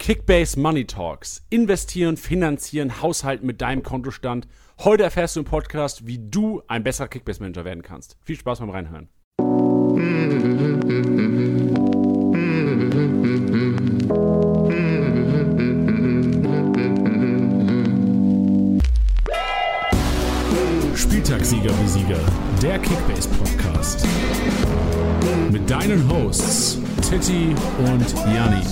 Kickbase Money Talks. Investieren, finanzieren, haushalten mit deinem Kontostand. Heute erfährst du im Podcast, wie du ein besserer Kickbase-Manager werden kannst. Viel Spaß beim Reinhören. Spieltagssieger wie Sieger, der Kickbase-Podcast. Mit deinen Hosts Titti und Janni.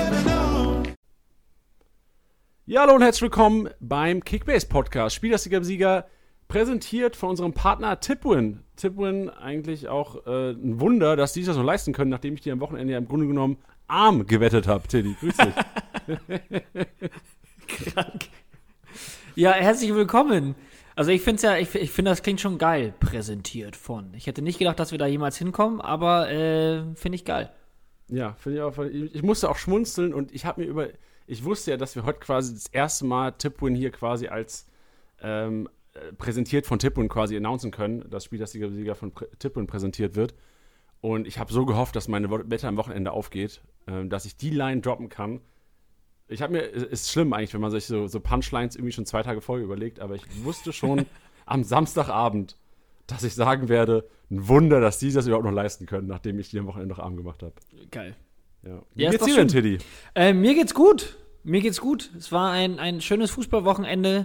Ja, hallo und herzlich willkommen beim Kickbase-Podcast. Spieltagssieger wie Sieger, präsentiert von unserem Partner Tipwin. Tipwin eigentlich auch ein Wunder, dass die sich das noch leisten können, nachdem ich die am Wochenende ja im Grunde genommen arm gewettet habe. Titti, grüß dich. Krank. Ja, herzlich willkommen. Also ich finde das klingt schon geil, präsentiert von. Ich hätte nicht gedacht, dass wir da jemals hinkommen, aber finde ich geil. Ja, finde ich auch. Ich musste auch schmunzeln und ich wusste ja, dass wir heute quasi das erste Mal Tipwin hier quasi als präsentiert von Tipwin quasi announcen können, dass Spieltagssieger von Tipwin präsentiert wird. Und ich habe so gehofft, dass meine Wette am Wochenende aufgeht, dass ich die Line droppen kann. Ist schlimm eigentlich, wenn man sich so Punchlines irgendwie schon 2 Tage vorher überlegt, aber ich wusste schon am Samstagabend, dass ich sagen werde, ein Wunder, dass die das überhaupt noch leisten können, nachdem ich die am Wochenende noch arm gemacht habe. Geil. Ja. Wie geht's dir denn, Tiddy? Mir geht's gut. Es war ein schönes Fußballwochenende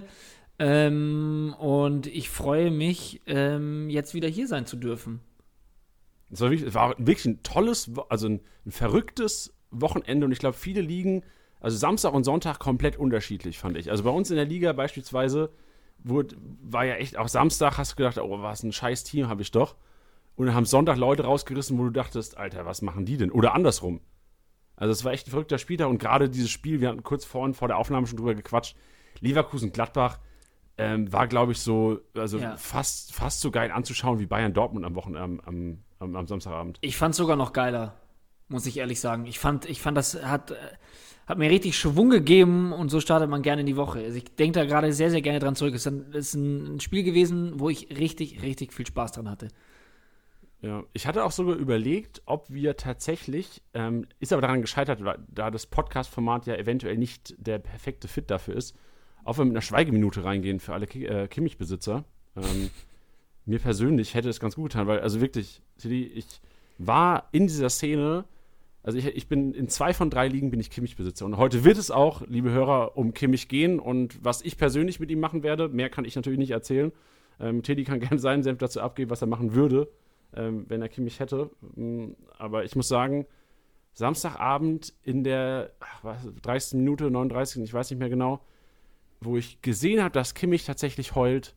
und ich freue mich, jetzt wieder hier sein zu dürfen. Es war wirklich ein tolles, also ein verrücktes Wochenende und ich glaube, viele Ligen. Also Samstag und Sonntag komplett unterschiedlich, fand ich. Also bei uns in der Liga beispielsweise war ja echt, auch Samstag hast du gedacht, oh, was ein scheiß Team habe ich doch. Und dann haben Sonntag Leute rausgerissen, wo du dachtest, Alter, was machen die denn? Oder andersrum. Also es war echt ein verrückter Spieltag und gerade dieses Spiel, wir hatten kurz vor der Aufnahme schon drüber gequatscht, Leverkusen-Gladbach war, glaube ich, so, also ja, fast so geil anzuschauen wie Bayern-Dortmund am Samstagabend. Ich fand es sogar noch geiler, muss ich ehrlich sagen. Ich fand, das hat mir richtig Schwung gegeben und so startet man gerne in die Woche. Also ich denke da gerade sehr, sehr gerne dran zurück. Es ist ein Spiel gewesen, wo ich richtig, richtig viel Spaß dran hatte. Ja, ich hatte auch sogar überlegt, ob wir tatsächlich, ist aber daran gescheitert, da das Podcast-Format ja eventuell nicht der perfekte Fit dafür ist, ob wir mit einer Schweigeminute reingehen für alle Kimmich-Besitzer. Mir persönlich hätte es ganz gut getan, weil, also wirklich, ich war in dieser Szene. Also ich bin in 2 von 3 Ligen bin ich Kimmich-Besitzer. Und heute wird es auch, liebe Hörer, um Kimmich gehen. Und was ich persönlich mit ihm machen werde, mehr kann ich natürlich nicht erzählen. Teddy kann gerne seinen Senf dazu abgeben, was er machen würde, wenn er Kimmich hätte. Aber ich muss sagen, Samstagabend in der 30. Minute, 39, ich weiß nicht mehr genau, wo ich gesehen habe, dass Kimmich tatsächlich heult,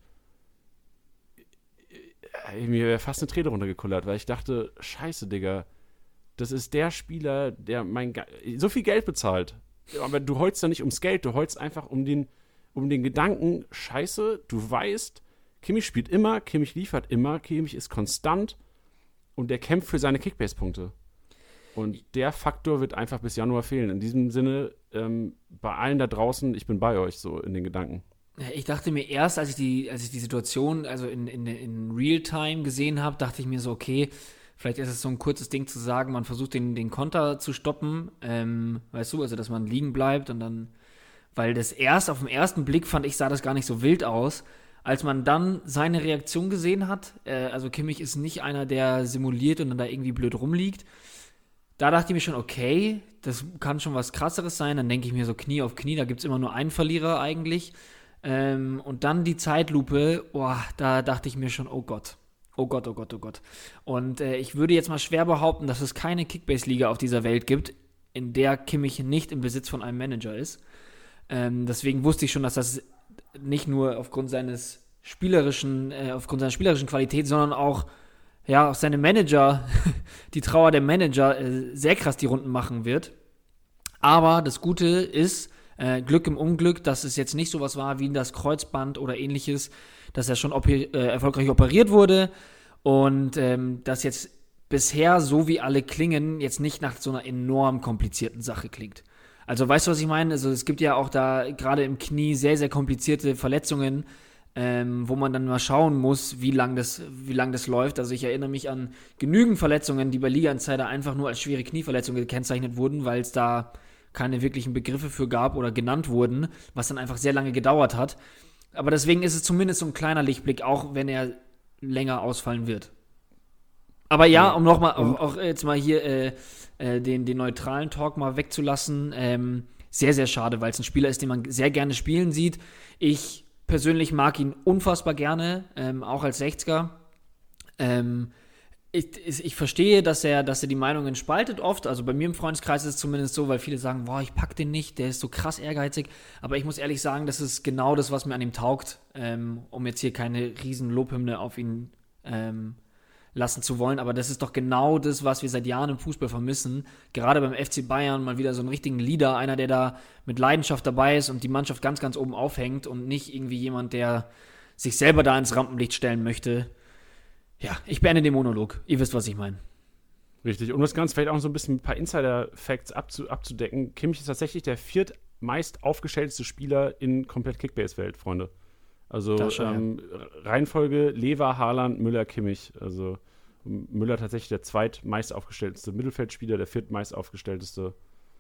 mir wäre fast eine Träne runtergekullert, weil ich dachte, scheiße, Digga, das ist der Spieler, der so viel Geld bezahlt. Aber du heulst da nicht ums Geld, du heulst einfach um den Gedanken, scheiße, du weißt, Kimmich spielt immer, Kimmich liefert immer, Kimmich ist konstant und der kämpft für seine Kickbase-Punkte. Und der Faktor wird einfach bis Januar fehlen. In diesem Sinne, bei allen da draußen, ich bin bei euch so in den Gedanken. Ich dachte mir erst, als ich die Situation also in Realtime gesehen habe, dachte ich mir so, okay, vielleicht ist es so ein kurzes Ding zu sagen, man versucht den Konter zu stoppen, weißt du, also dass man liegen bleibt und dann, weil auf den ersten Blick fand ich, sah das gar nicht so wild aus, als man dann seine Reaktion gesehen hat, also Kimmich ist nicht einer, der simuliert und dann da irgendwie blöd rumliegt, da dachte ich mir schon, okay, das kann schon was Krasseres sein, dann denke ich mir so Knie auf Knie, da gibt es immer nur einen Verlierer eigentlich, und dann die Zeitlupe, da dachte ich mir schon, oh Gott. Oh Gott. Und ich würde jetzt mal schwer behaupten, dass es keine Kickbase-Liga auf dieser Welt gibt, in der Kimmich nicht im Besitz von einem Manager ist. Deswegen wusste ich schon, dass das nicht nur aufgrund seiner spielerischen Qualität, sondern auch seine Manager, die Trauer der Manager, sehr krass die Runden machen wird. Aber das Gute ist, Glück im Unglück, dass es jetzt nicht sowas war wie das Kreuzband oder ähnliches, dass er schon erfolgreich operiert wurde und das jetzt bisher, so wie alle klingen, jetzt nicht nach so einer enorm komplizierten Sache klingt. Also weißt du, was ich meine? Also es gibt ja auch da gerade im Knie sehr, sehr komplizierte Verletzungen, wo man dann mal schauen muss, wie lang das läuft. Also ich erinnere mich an genügend Verletzungen, die bei Liga Insider einfach nur als schwere Knieverletzungen gekennzeichnet wurden, weil es da keine wirklichen Begriffe für gab oder genannt wurden, was dann einfach sehr lange gedauert hat. Aber deswegen ist es zumindest so ein kleiner Lichtblick, auch wenn er länger ausfallen wird. Aber ja, um nochmal auch jetzt mal hier den neutralen Talk mal wegzulassen, sehr, sehr schade, weil es ein Spieler ist, den man sehr gerne spielen sieht. Ich persönlich mag ihn unfassbar gerne, auch als 60er. Ich verstehe, dass er die Meinungen spaltet oft. Also bei mir im Freundeskreis ist es zumindest so, weil viele sagen, boah, ich pack den nicht, der ist so krass ehrgeizig. Aber ich muss ehrlich sagen, das ist genau das, was mir an ihm taugt, um jetzt hier keine riesen Lobhymne auf ihn lassen zu wollen. Aber das ist doch genau das, was wir seit Jahren im Fußball vermissen. Gerade beim FC Bayern mal wieder so einen richtigen Leader, einer, der da mit Leidenschaft dabei ist und die Mannschaft ganz, ganz oben aufhängt und nicht irgendwie jemand, der sich selber da ins Rampenlicht stellen möchte. Ja, ich beende den Monolog. Ihr wisst, was ich meine. Richtig. Um das Ganze vielleicht auch so ein bisschen mit ein paar Insider-Facts abzudecken. Kimmich ist tatsächlich der viertmeist aufgestellteste Spieler in komplett Kickbase-Welt, Freunde. Also Reihenfolge Lever, Haaland, Müller, Kimmich. Also Müller tatsächlich der zweitmeist aufgestellteste Mittelfeldspieler, der viertmeist aufgestellteste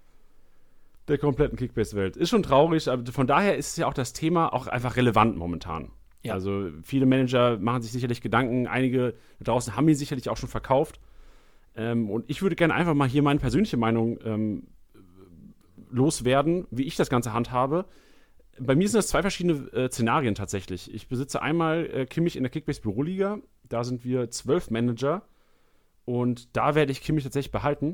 der kompletten Kickbase-Welt. Ist schon traurig, aber von daher ist ja auch das Thema auch einfach relevant momentan. Ja. Also viele Manager machen sich sicherlich Gedanken, einige da draußen haben ihn sicherlich auch schon verkauft. Und ich würde gerne einfach mal hier meine persönliche Meinung loswerden, wie ich das Ganze handhabe. Bei mir sind das zwei verschiedene Szenarien tatsächlich. Ich besitze einmal Kimmich in der Kickbase Büroliga. Da sind wir 12 Manager. Und da werde ich Kimmich tatsächlich behalten.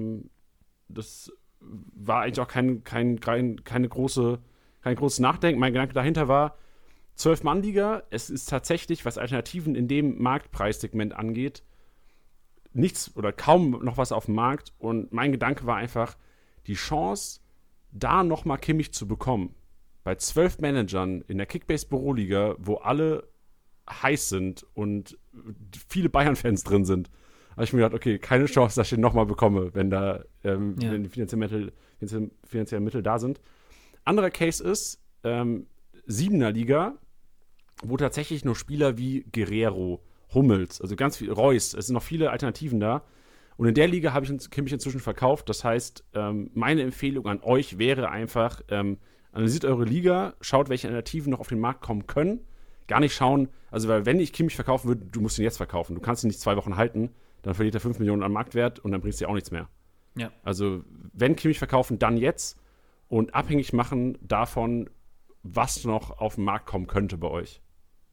Das war eigentlich auch kein großes Nachdenken. Mein Gedanke dahinter war, 12-Mann-Liga, es ist tatsächlich, was Alternativen in dem Marktpreissegment angeht, nichts oder kaum noch was auf dem Markt. Und mein Gedanke war einfach, die Chance, da nochmal Kimmich zu bekommen, bei 12 Managern in der Kickbase-Büroliga, wo alle heiß sind und viele Bayern-Fans drin sind, habe ich mir gedacht, okay, keine Chance, dass ich den nochmal bekomme, wenn wenn die finanziellen Mittel da sind. Anderer Case ist, 7er Liga, wo tatsächlich nur Spieler wie Guerrero, Hummels, also ganz viel, Reus, es sind noch viele Alternativen da. Und in der Liga habe ich Kimmich inzwischen verkauft. Das heißt, meine Empfehlung an euch wäre einfach, analysiert eure Liga, schaut, welche Alternativen noch auf den Markt kommen können. Gar nicht schauen, also weil wenn ich Kimmich verkaufen würde, du musst ihn jetzt verkaufen. Du kannst ihn nicht 2 Wochen halten, dann verliert er 5 Millionen an Marktwert und dann bringst du dir auch nichts mehr. Ja. Also wenn Kimmich verkaufen, dann jetzt und abhängig machen davon, was noch auf den Markt kommen könnte bei euch.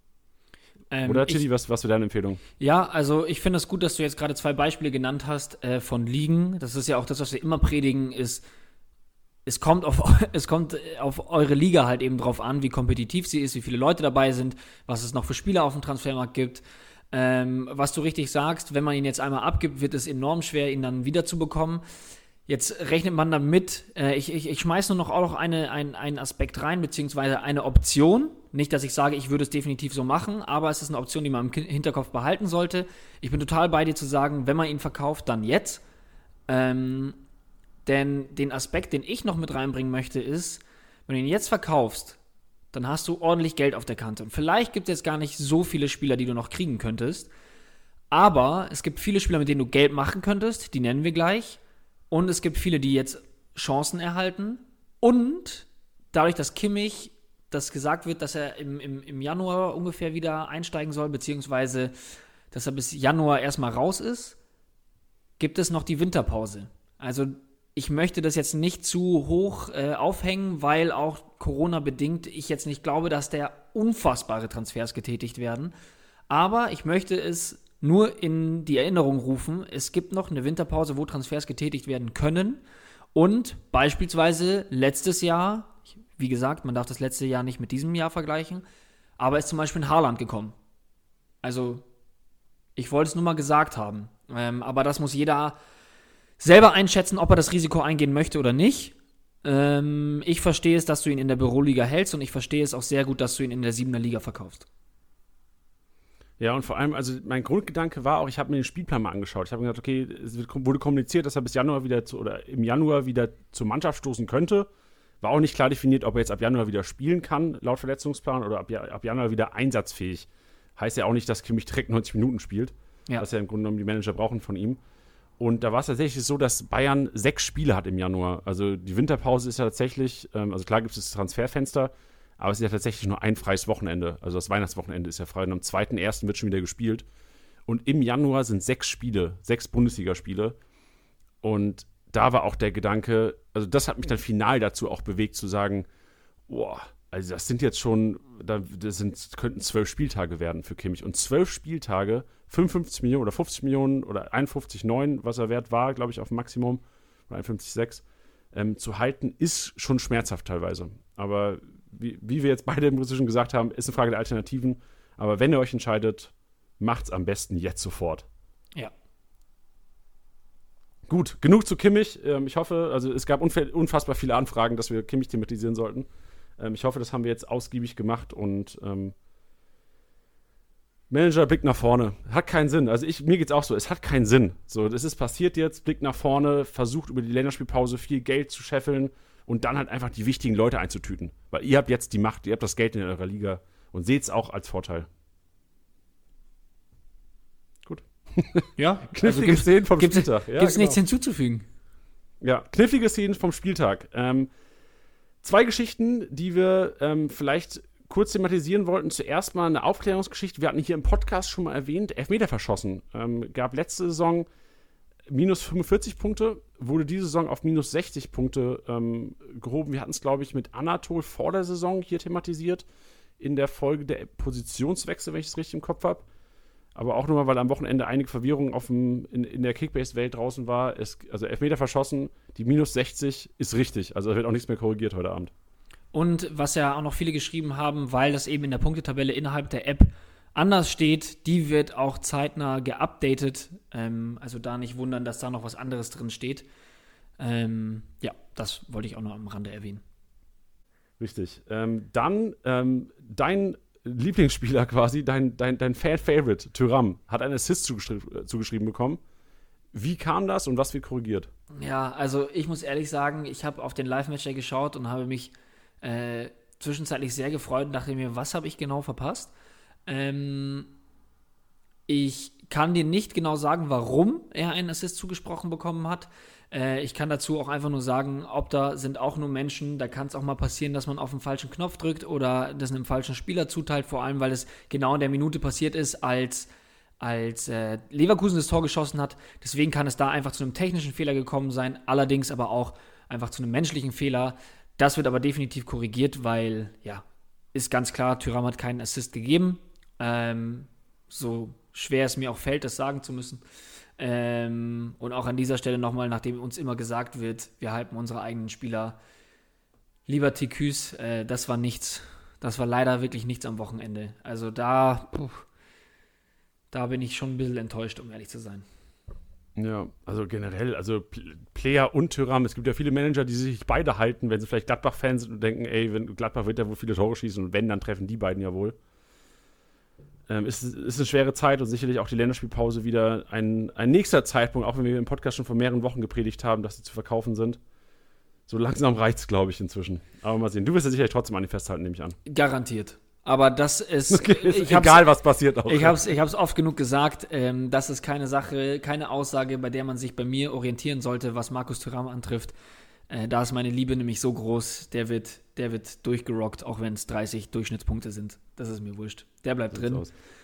Oder Tilly, was wäre deine Empfehlung? Ja, also ich finde es gut, dass du jetzt gerade 2 Beispiele genannt hast von Ligen. Das ist ja auch das, was wir immer predigen, ist, es kommt auf eure Liga halt eben drauf an, wie kompetitiv sie ist, wie viele Leute dabei sind, was es noch für Spieler auf dem Transfermarkt gibt. Was du richtig sagst, wenn man ihn jetzt einmal abgibt, wird es enorm schwer, ihn dann wiederzubekommen. Jetzt rechnet man damit, ich schmeiße nur noch auch noch einen Aspekt rein, beziehungsweise eine Option. Nicht, dass ich sage, ich würde es definitiv so machen, aber es ist eine Option, die man im Hinterkopf behalten sollte. Ich bin total bei dir zu sagen, wenn man ihn verkauft, dann jetzt. Denn den Aspekt, den ich noch mit reinbringen möchte, ist, wenn du ihn jetzt verkaufst, dann hast du ordentlich Geld auf der Kante. Und vielleicht gibt es jetzt gar nicht so viele Spieler, die du noch kriegen könntest. Aber es gibt viele Spieler, mit denen du Geld machen könntest, die nennen wir gleich. Und es gibt viele, die jetzt Chancen erhalten. Und dadurch, dass Kimmich, dass gesagt wird, dass er im Januar ungefähr wieder einsteigen soll, beziehungsweise dass er bis Januar erstmal raus ist, gibt es noch die Winterpause. Also ich möchte das jetzt nicht zu hoch aufhängen, weil auch Corona-bedingt ich jetzt nicht glaube, dass da unfassbare Transfers getätigt werden. Aber ich möchte es nur in die Erinnerung rufen, es gibt noch eine Winterpause, wo Transfers getätigt werden können. Und beispielsweise letztes Jahr, wie gesagt, man darf das letzte Jahr nicht mit diesem Jahr vergleichen, aber ist zum Beispiel ein Haaland gekommen. Also, ich wollte es nur mal gesagt haben. Aber das muss jeder selber einschätzen, ob er das Risiko eingehen möchte oder nicht. Ich verstehe es, dass du ihn in der Büroliga hältst und ich verstehe es auch sehr gut, dass du ihn in der 7er Liga verkaufst. Ja, und vor allem, also mein Grundgedanke war auch, ich habe mir den Spielplan mal angeschaut. Ich habe gesagt, okay, es wurde kommuniziert, dass er bis Januar oder im Januar wieder zur Mannschaft stoßen könnte. War auch nicht klar definiert, ob er jetzt ab Januar wieder spielen kann, laut Verletzungsplan, oder ab Januar wieder einsatzfähig. Heißt ja auch nicht, dass Kimmich direkt 90 Minuten spielt, was ja im Grunde genommen die Manager brauchen von ihm. Und da war es tatsächlich so, dass Bayern 6 Spiele hat im Januar. Also die Winterpause ist ja tatsächlich, also klar gibt es das Transferfenster, aber es ist ja tatsächlich nur ein freies Wochenende. Also das Weihnachtswochenende ist ja frei und am 2.1. wird schon wieder gespielt. Und im Januar sind 6 Spiele, 6 Bundesligaspiele. Und da war auch der Gedanke, also das hat mich dann final dazu auch bewegt zu sagen, boah, also das sind jetzt schon, könnten 12 Spieltage werden für Kimmich. Und 12 Spieltage, 55 Millionen oder 50 Millionen oder 51,9, was er wert war, glaube ich, auf dem Maximum, oder 51,6, zu halten, ist schon schmerzhaft teilweise. Aber wie wir jetzt beide im Prinzip schon gesagt haben, ist eine Frage der Alternativen. Aber wenn ihr euch entscheidet, macht's am besten jetzt sofort. Ja. Gut, genug zu Kimmich. Ich hoffe, also es gab unfassbar viele Anfragen, dass wir Kimmich thematisieren sollten. Ich hoffe, das haben wir jetzt ausgiebig gemacht und Manager, Blick nach vorne. Hat keinen Sinn. Also mir geht's auch so, es hat keinen Sinn. So, das ist passiert jetzt, Blick nach vorne, versucht über die Länderspielpause viel Geld zu scheffeln und dann halt einfach die wichtigen Leute einzutüten. Weil ihr habt jetzt die Macht, ihr habt das Geld in eurer Liga und seht's auch als Vorteil. Gut. Ja, knifflige Szenen vom Spieltag. Ja, gibt's nichts hinzuzufügen. Ja, knifflige Szenen vom Spieltag. 2 Geschichten, die wir vielleicht kurz thematisieren wollten. Zuerst mal eine Aufklärungsgeschichte. Wir hatten hier im Podcast schon mal erwähnt, Elfmeter verschossen. Gab letzte Saison minus 45 Punkte, wurde diese Saison auf minus 60 Punkte gehoben. Wir hatten es, glaube ich, mit Anatol vor der Saison hier thematisiert, in der Folge der Positionswechsel, wenn ich es richtig im Kopf habe. Aber auch nur mal, weil am Wochenende einige Verwirrung in der Kickbase-Welt draußen war. Also Elfmeter verschossen, die minus 60 ist richtig. Also da wird auch nichts mehr korrigiert heute Abend. Und was ja auch noch viele geschrieben haben, weil das eben in der Punktetabelle innerhalb der App anders steht, die wird auch zeitnah geupdatet. Also da nicht wundern, dass da noch was anderes drin steht. Ja, das wollte ich auch noch am Rande erwähnen. Richtig. Dann dein Lieblingsspieler quasi, dein Fan-Favorite, Thuram, hat einen Assist zugeschrieben bekommen. Wie kam das und was wird korrigiert? Ja, also ich muss ehrlich sagen, ich habe auf den Live-Match geschaut und habe mich zwischenzeitlich sehr gefreut und dachte mir, was habe ich genau verpasst? Ich kann dir nicht genau sagen, warum er einen Assist zugesprochen bekommen hat. Ich kann dazu auch einfach nur sagen, Opta sind auch nur Menschen, da kann es auch mal passieren, dass man auf den falschen Knopf drückt oder das einem falschen Spieler zuteilt, vor allem, weil es genau in der Minute passiert ist, als Leverkusen das Tor geschossen hat. Deswegen kann es da einfach zu einem technischen Fehler gekommen sein, allerdings aber auch einfach zu einem menschlichen Fehler. Das wird aber definitiv korrigiert, weil, ja, ist ganz klar, Thuram hat keinen Assist gegeben. So schwer es mir auch fällt, das sagen zu müssen. Und auch an dieser Stelle nochmal, nachdem uns immer gesagt wird, wir halten unsere eigenen Spieler lieber Ticus, das war nichts. Das war leider wirklich nichts am Wochenende. Also da bin ich schon ein bisschen enttäuscht, um ehrlich zu sein. Ja, also generell, also Player und Thuram, es gibt ja viele Manager, die sich beide halten, wenn sie vielleicht Gladbach-Fans sind und denken, ey, wenn Gladbach wird ja wohl viele Tore schießen und wenn, dann treffen die beiden ja wohl. Ist eine schwere Zeit und sicherlich auch die Länderspielpause wieder ein nächster Zeitpunkt, auch wenn wir im Podcast schon vor mehreren Wochen gepredigt haben, dass sie zu verkaufen sind. So langsam reicht's, glaube ich, inzwischen. Aber mal sehen. Du wirst ja sicherlich trotzdem an die festhalten, nehme ich an. Garantiert. Aber das ist, egal, was passiert auch. Ich hab's oft genug gesagt, das ist keine Sache, keine Aussage, bei der man sich bei mir orientieren sollte, was Markus Thuram antrifft. Da ist meine Liebe nämlich so groß, der wird durchgerockt, auch wenn es 30 Durchschnittspunkte sind. Das ist mir wurscht. Der bleibt drin.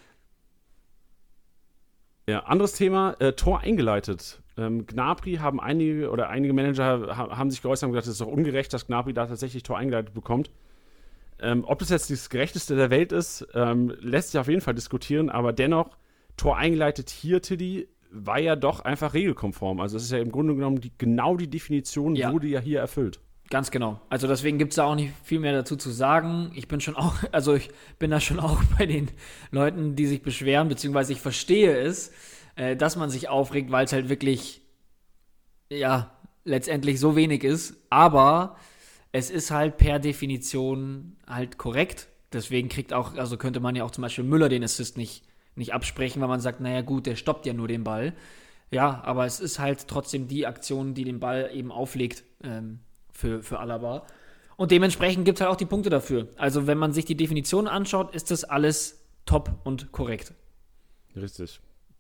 Ja, anderes Thema, Tor eingeleitet. Gnabry haben einige Manager haben sich geäußert und gesagt, es ist doch ungerecht, dass Gnabry da tatsächlich Tor eingeleitet bekommt. Ob das jetzt das Gerechteste der Welt ist, lässt sich auf jeden Fall diskutieren, aber dennoch, Tor eingeleitet hier, Tiddy, war ja doch einfach regelkonform. Also es ist ja im Grunde genommen genau die Definition, wurde ja hier erfüllt. Ganz genau. Also deswegen gibt es da auch nicht viel mehr dazu zu sagen. Ich bin da schon auch bei den Leuten, die sich beschweren, beziehungsweise ich verstehe es, dass man sich aufregt, weil es halt wirklich, ja, letztendlich so wenig ist. Aber es ist halt per Definition halt korrekt. Deswegen könnte man ja auch zum Beispiel Müller den Assist nicht absprechen, weil man sagt, naja gut, der stoppt ja nur den Ball. Ja, aber es ist halt trotzdem die Aktion, die den Ball eben auflegt für Alaba. Und dementsprechend gibt es halt auch die Punkte dafür. Also wenn man sich die Definition anschaut, ist das alles top und korrekt. Richtig.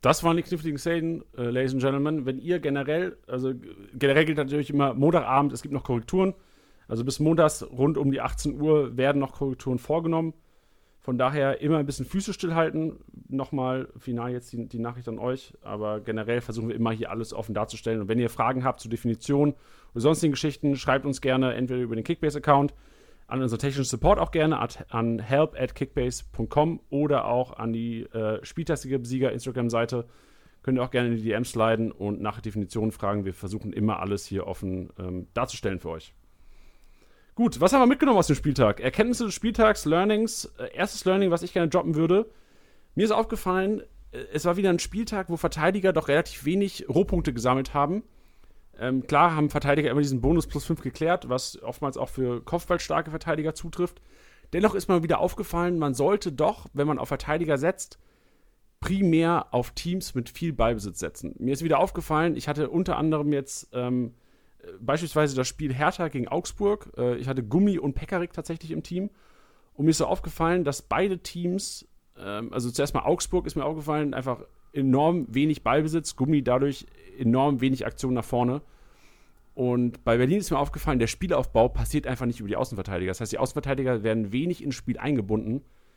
Das waren die kniffligen Szenen, Ladies and Gentlemen. Wenn ihr generell gilt natürlich immer Montagabend, es gibt noch Korrekturen. Also bis montags rund um die 18 Uhr werden noch Korrekturen vorgenommen. Von daher immer ein bisschen Füße stillhalten. Nochmal final jetzt die Nachricht an euch. Aber generell versuchen wir immer hier alles offen darzustellen. Und wenn ihr Fragen habt zur Definition oder sonstigen Geschichten, schreibt uns gerne entweder über den Kickbase-Account, an unseren technischen Support auch gerne, an help@kickbase.com oder auch an die Spieltagsliga-Besieger Instagram-Seite. Könnt ihr auch gerne in die DMs sliden und nach Definitionen fragen. Wir versuchen immer alles hier offen darzustellen für euch. Gut, was haben wir mitgenommen aus dem Spieltag? Erkenntnisse des Spieltags, Learnings. Erstes Learning, was ich gerne droppen würde. Mir ist aufgefallen, es war wieder ein Spieltag, wo Verteidiger doch relativ wenig Rohpunkte gesammelt haben. Klar haben Verteidiger immer diesen Bonus plus 5 geklärt, was oftmals auch für kopfballstarke Verteidiger zutrifft. Dennoch ist mir wieder aufgefallen, man sollte doch, wenn man auf Verteidiger setzt, primär auf Teams mit viel Ballbesitz setzen. Mir ist wieder aufgefallen, ich hatte unter anderem jetzt beispielsweise das Spiel Hertha gegen Augsburg. Ich hatte Gummi und Pekarik tatsächlich im Team. Und mir ist so aufgefallen, dass beide Teams, also zuerst mal Augsburg ist mir aufgefallen, einfach enorm wenig Ballbesitz, Gummi dadurch enorm wenig Aktion nach vorne. Und bei Berlin ist mir aufgefallen, der Spielaufbau passiert einfach nicht über die Außenverteidiger. Das heißt, die Außenverteidiger werden wenig ins Spiel eingebunden.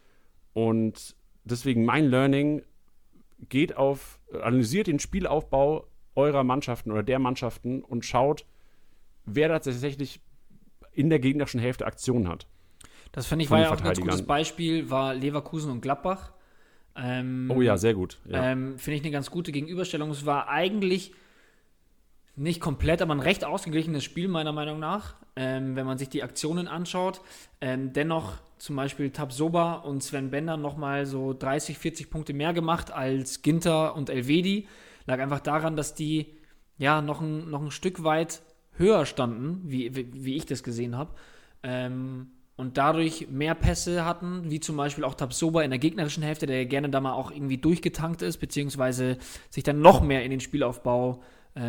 Und deswegen mein Learning analysiert den Spielaufbau eurer Mannschaften oder der Mannschaften und schaut, wer tatsächlich in der gegnerischen Hälfte Aktionen hat. Das finde ich war ja auch ein ganz gutes Beispiel, war Leverkusen und Gladbach. Oh ja, sehr gut. Ja. Finde ich eine ganz gute Gegenüberstellung. Es war eigentlich nicht komplett, aber ein recht ausgeglichenes Spiel, meiner Meinung nach, wenn man sich die Aktionen anschaut. Dennoch zum Beispiel Tapsoba und Sven Bender nochmal so 30, 40 Punkte mehr gemacht als Ginter und Elvedi. Lag einfach daran, dass die ja noch ein Stück weit höher standen, wie ich das gesehen habe. Und dadurch mehr Pässe hatten, wie zum Beispiel auch Tapsoba in der gegnerischen Hälfte, der gerne da mal auch irgendwie durchgetankt ist, beziehungsweise sich dann noch mehr in den Spielaufbau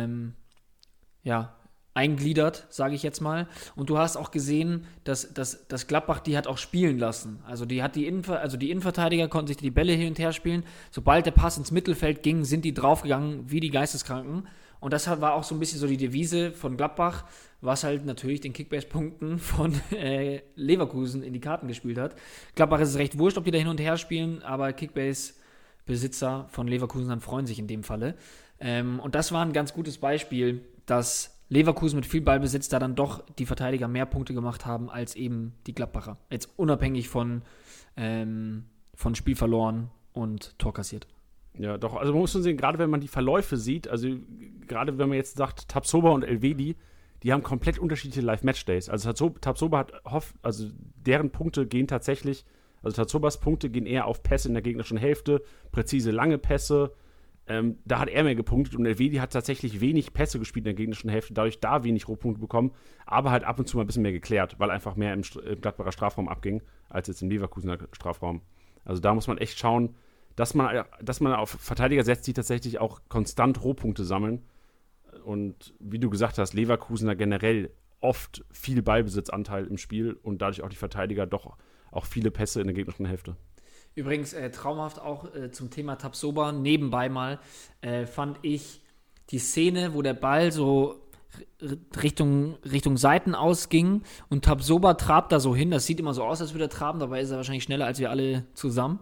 eingliedert, sage ich jetzt mal. Und du hast auch gesehen, dass Gladbach die hat auch spielen lassen. Also die Innenverteidiger konnten sich die Bälle hin und her spielen. Sobald der Pass ins Mittelfeld ging, sind die draufgegangen wie die Geisteskranken. Und das war auch so ein bisschen so die Devise von Gladbach, was halt natürlich den Kickbase-Punkten von Leverkusen in die Karten gespielt hat. Gladbach ist es recht wurscht, ob die da hin und her spielen, aber Kickbase-Besitzer von Leverkusen dann freuen sich in dem Falle. Und das war ein ganz gutes Beispiel, dass Leverkusen mit viel Ballbesitz da dann doch die Verteidiger mehr Punkte gemacht haben als eben die Gladbacher. Jetzt unabhängig von Spiel verloren und Tor kassiert. Ja, doch, also man muss schon sehen, gerade wenn man die Verläufe sieht, also gerade wenn man jetzt sagt, Tapsoba und Elvedi, die haben komplett unterschiedliche Live-Match-Days. Also Tapsoba deren Punkte gehen tatsächlich, also Tapsobas Punkte gehen eher auf Pässe in der gegnerischen Hälfte, präzise lange Pässe, da hat er mehr gepunktet und Elvedi hat tatsächlich wenig Pässe gespielt in der gegnerischen Hälfte, dadurch da wenig Rohpunkte bekommen, aber halt ab und zu mal ein bisschen mehr geklärt, weil einfach mehr im Gladbacher Strafraum abging, als jetzt im Leverkusener Strafraum. Also da muss man echt schauen, dass man auf Verteidiger setzt, die tatsächlich auch konstant Rohpunkte sammeln. Und wie du gesagt hast, Leverkusener generell oft viel Ballbesitzanteil im Spiel und dadurch auch die Verteidiger doch auch viele Pässe in der gegnerischen Hälfte. Übrigens, traumhaft auch zum Thema Tapsoba, nebenbei mal, fand ich die Szene, wo der Ball so Richtung Seiten ausging und Tapsoba trabt da so hin. Das sieht immer so aus, als würde er traben, dabei ist er wahrscheinlich schneller als wir alle zusammen.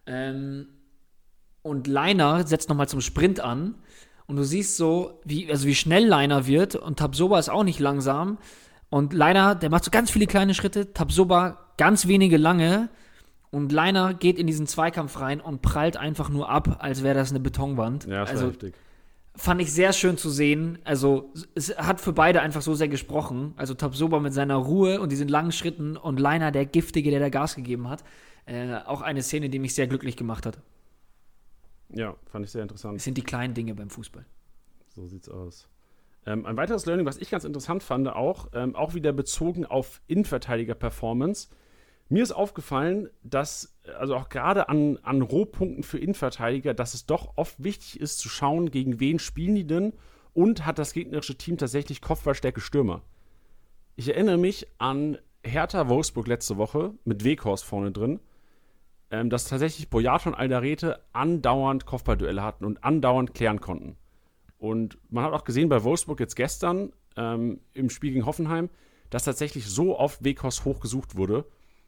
Und Leiner setzt nochmal zum Sprint an und du siehst so, wie schnell Leiner wird und Tapsoba ist auch nicht langsam und Leiner, der macht so ganz viele kleine Schritte, Tapsoba ganz wenige lange und Leiner geht in diesen Zweikampf rein und prallt einfach nur ab, als wäre das eine Betonwand. Ja, das war heftig. Fand ich sehr schön zu sehen, also es hat für beide einfach so sehr gesprochen, also Tapsoba mit seiner Ruhe und diesen langen Schritten und Leiner, der Giftige, der da Gas gegeben hat. Auch eine Szene, die mich sehr glücklich gemacht hat. Ja, fand ich sehr interessant. Es sind die kleinen Dinge beim Fußball. So sieht's aus. Ein weiteres Learning, was ich ganz interessant fand, auch wieder bezogen auf Innenverteidiger-Performance. Mir ist aufgefallen, dass, also auch gerade an Rohpunkten für Innenverteidiger, dass es doch oft wichtig ist zu schauen, gegen wen spielen die denn und hat das gegnerische Team tatsächlich kopfballstärke Stürmer. Ich erinnere mich an Hertha Wolfsburg letzte Woche mit Weghorst vorne drin. dass tatsächlich Boyata und Alderete andauernd Kopfballduelle hatten und andauernd klären konnten. Und man hat auch gesehen bei Wolfsburg jetzt gestern im Spiel gegen Hoffenheim, dass tatsächlich so oft Weghorst hochgesucht wurde.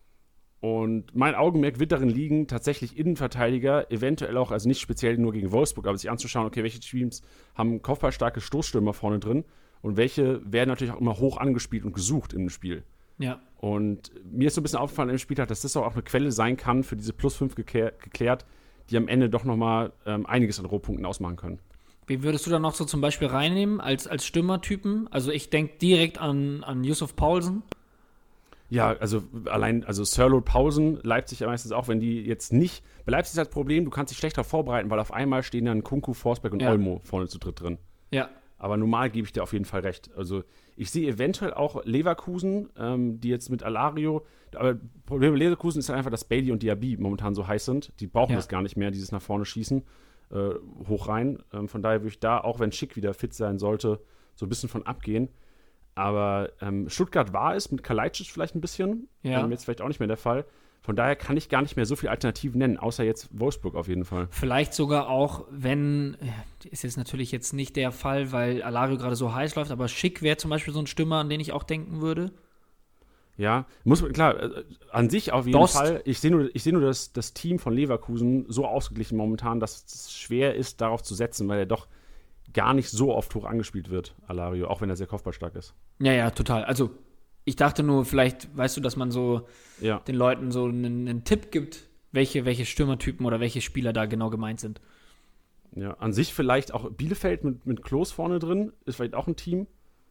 Und mein Augenmerk wird darin liegen, tatsächlich Innenverteidiger, eventuell auch, also nicht speziell nur gegen Wolfsburg, aber sich anzuschauen, okay, welche Teams haben kopfballstarke Stoßstürmer vorne drin und welche werden natürlich auch immer hoch angespielt und gesucht im Spiel. Ja. Und mir ist so ein bisschen aufgefallen im Spieltag, dass das auch eine Quelle sein kann für diese plus 5 geklärt, die am Ende doch nochmal einiges an Rohpunkten ausmachen können. Wen würdest du da noch so zum Beispiel reinnehmen als Stürmertypen? Also ich denke direkt an Yusuf Poulsen. Ja, also Sörloth, Pausen, Leipzig ja meistens auch, wenn die jetzt nicht, bei Leipzig ist das Problem, du kannst dich schlechter vorbereiten, weil auf einmal stehen dann Kunku, Forsberg und Olmo vorne zu dritt drin. Ja. Aber normal gebe ich dir auf jeden Fall recht. Also ich sehe eventuell auch Leverkusen, die jetzt mit Alario, aber Problem mit Leverkusen ist halt einfach, dass Bailey und Diaby momentan so heiß sind. Die brauchen das gar nicht mehr, dieses nach vorne schießen, hoch rein. Von daher würde ich da, auch wenn Schick wieder fit sein sollte, so ein bisschen von abgehen. Aber Stuttgart war es, mit Kalajdzic vielleicht ein bisschen, jetzt vielleicht auch nicht mehr der Fall. Von daher kann ich gar nicht mehr so viele Alternativen nennen, außer jetzt Wolfsburg auf jeden Fall. Vielleicht sogar auch, wenn, ist jetzt natürlich jetzt nicht der Fall, weil Alario gerade so heiß läuft, aber Schick wäre zum Beispiel so ein Stürmer, an den ich auch denken würde. Ja, an sich auf jeden Fall. Ich sehe nur das Team von Leverkusen so ausgeglichen momentan, dass es schwer ist, darauf zu setzen, weil er doch gar nicht so oft hoch angespielt wird, Alario, auch wenn er sehr kopfballstark ist. Ja, total. Also ich dachte nur, vielleicht, weißt du, dass man so den Leuten so einen Tipp gibt, welche Stürmertypen oder welche Spieler da genau gemeint sind. Ja, an sich vielleicht auch Bielefeld mit Klos vorne drin, ist vielleicht auch ein Team.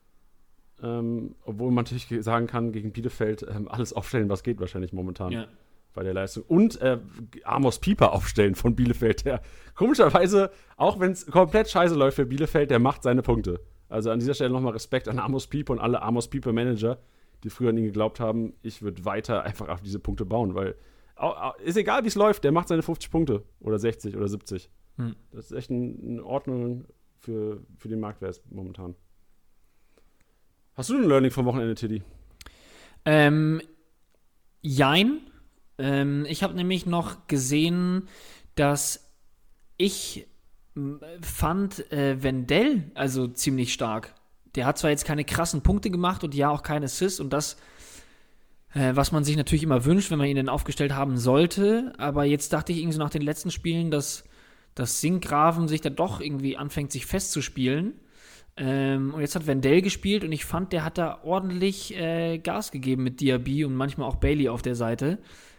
Obwohl man natürlich sagen kann, gegen Bielefeld alles aufstellen, was geht wahrscheinlich momentan bei der Leistung. Und Amos Pieper aufstellen von Bielefeld, der komischerweise, auch wenn es komplett scheiße läuft für Bielefeld, der macht seine Punkte. Also an dieser Stelle nochmal Respekt an Amos Pieper und alle Amos Pieper-Manager, die früher an ihn geglaubt haben, ich würde weiter einfach auf diese Punkte bauen, weil ist egal, wie es läuft, der macht seine 50 Punkte oder 60 oder 70. Das ist echt eine Ordnung für den Marktwert momentan. Hast du ein Learning vom Wochenende, Tiddy? Jein. Ich habe nämlich noch gesehen, dass ich fand Wendell also ziemlich stark. Der hat zwar jetzt keine krassen Punkte gemacht und auch keine Assists und das, was man sich natürlich immer wünscht, wenn man ihn denn aufgestellt haben sollte, aber jetzt dachte ich irgendwie so nach den letzten Spielen, dass Sinkgraven sich da doch irgendwie anfängt, sich festzuspielen. Und jetzt hat Wendell gespielt und ich fand, der hat da ordentlich Gas gegeben mit Diaby und manchmal auch Bailey auf der Seite.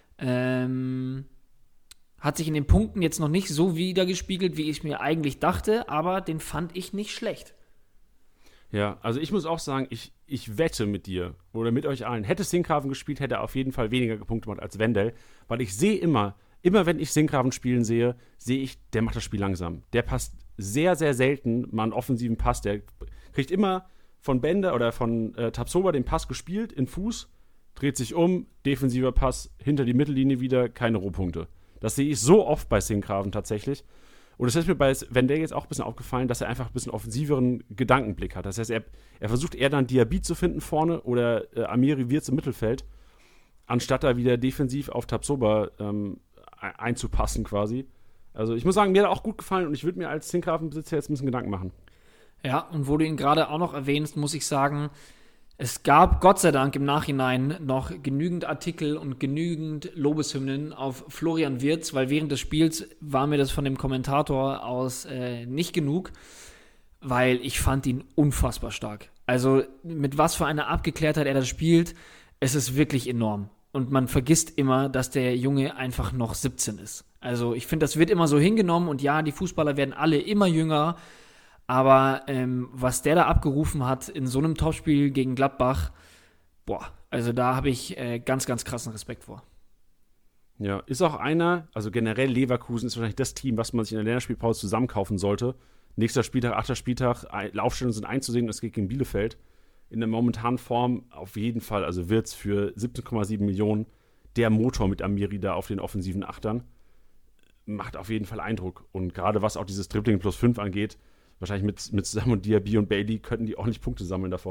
Hat sich in den Punkten jetzt noch nicht so wiedergespiegelt, wie ich mir eigentlich dachte, aber den fand ich nicht schlecht. Ja, also ich muss auch sagen, ich wette mit dir oder mit euch allen, hätte Sinkgraven gespielt, hätte er auf jeden Fall weniger Punkte gemacht als Wendell, weil ich sehe immer wenn ich Sinkgraven spielen sehe ich, der macht das Spiel langsam. Der passt sehr, sehr selten mal einen offensiven Pass. Der kriegt immer von Bender oder von Tapsoba den Pass gespielt, in Fuß, dreht sich um, defensiver Pass, hinter die Mittellinie wieder, keine Rohpunkte. Das sehe ich so oft bei Sinkgraven tatsächlich. Und es ist mir bei Wendell jetzt auch ein bisschen aufgefallen, dass er einfach ein bisschen offensiveren Gedankenblick hat. Das heißt, er versucht eher dann Diaby zu finden vorne oder Amiri Wirtz im Mittelfeld, anstatt da wieder defensiv auf Tapsoba einzupassen quasi. Also ich muss sagen, mir hat er auch gut gefallen und ich würde mir als Sinkgraven-Besitzer jetzt ein bisschen Gedanken machen. Ja, und wo du ihn gerade auch noch erwähnst, muss ich sagen, es gab Gott sei Dank im Nachhinein noch genügend Artikel und genügend Lobeshymnen auf Florian Wirtz, weil während des Spiels war mir das von dem Kommentator aus nicht genug, weil ich fand ihn unfassbar stark. Also mit was für einer Abgeklärtheit er das spielt, es ist wirklich enorm. Und man vergisst immer, dass der Junge einfach noch 17 ist. Also ich finde, das wird immer so hingenommen und ja, die Fußballer werden alle immer jünger, aber was der da abgerufen hat in so einem Topspiel gegen Gladbach, also da habe ich ganz, ganz krassen Respekt vor. Ja, ist auch also generell Leverkusen ist wahrscheinlich das Team, was man sich in der Länderspielpause zusammenkaufen sollte. Nächster Spieltag, 8. Spieltag, Aufstellungen sind einzusehen, das geht gegen Bielefeld. In der momentanen Form auf jeden Fall, also Wirtz für 17,7 Millionen, der Motor mit Amiri da auf den offensiven Achtern, macht auf jeden Fall Eindruck. Und gerade was auch dieses Dribbling plus 5 angeht, wahrscheinlich mit zusammen und Diaby und Bailey könnten die ordentlich Punkte sammeln da vorne.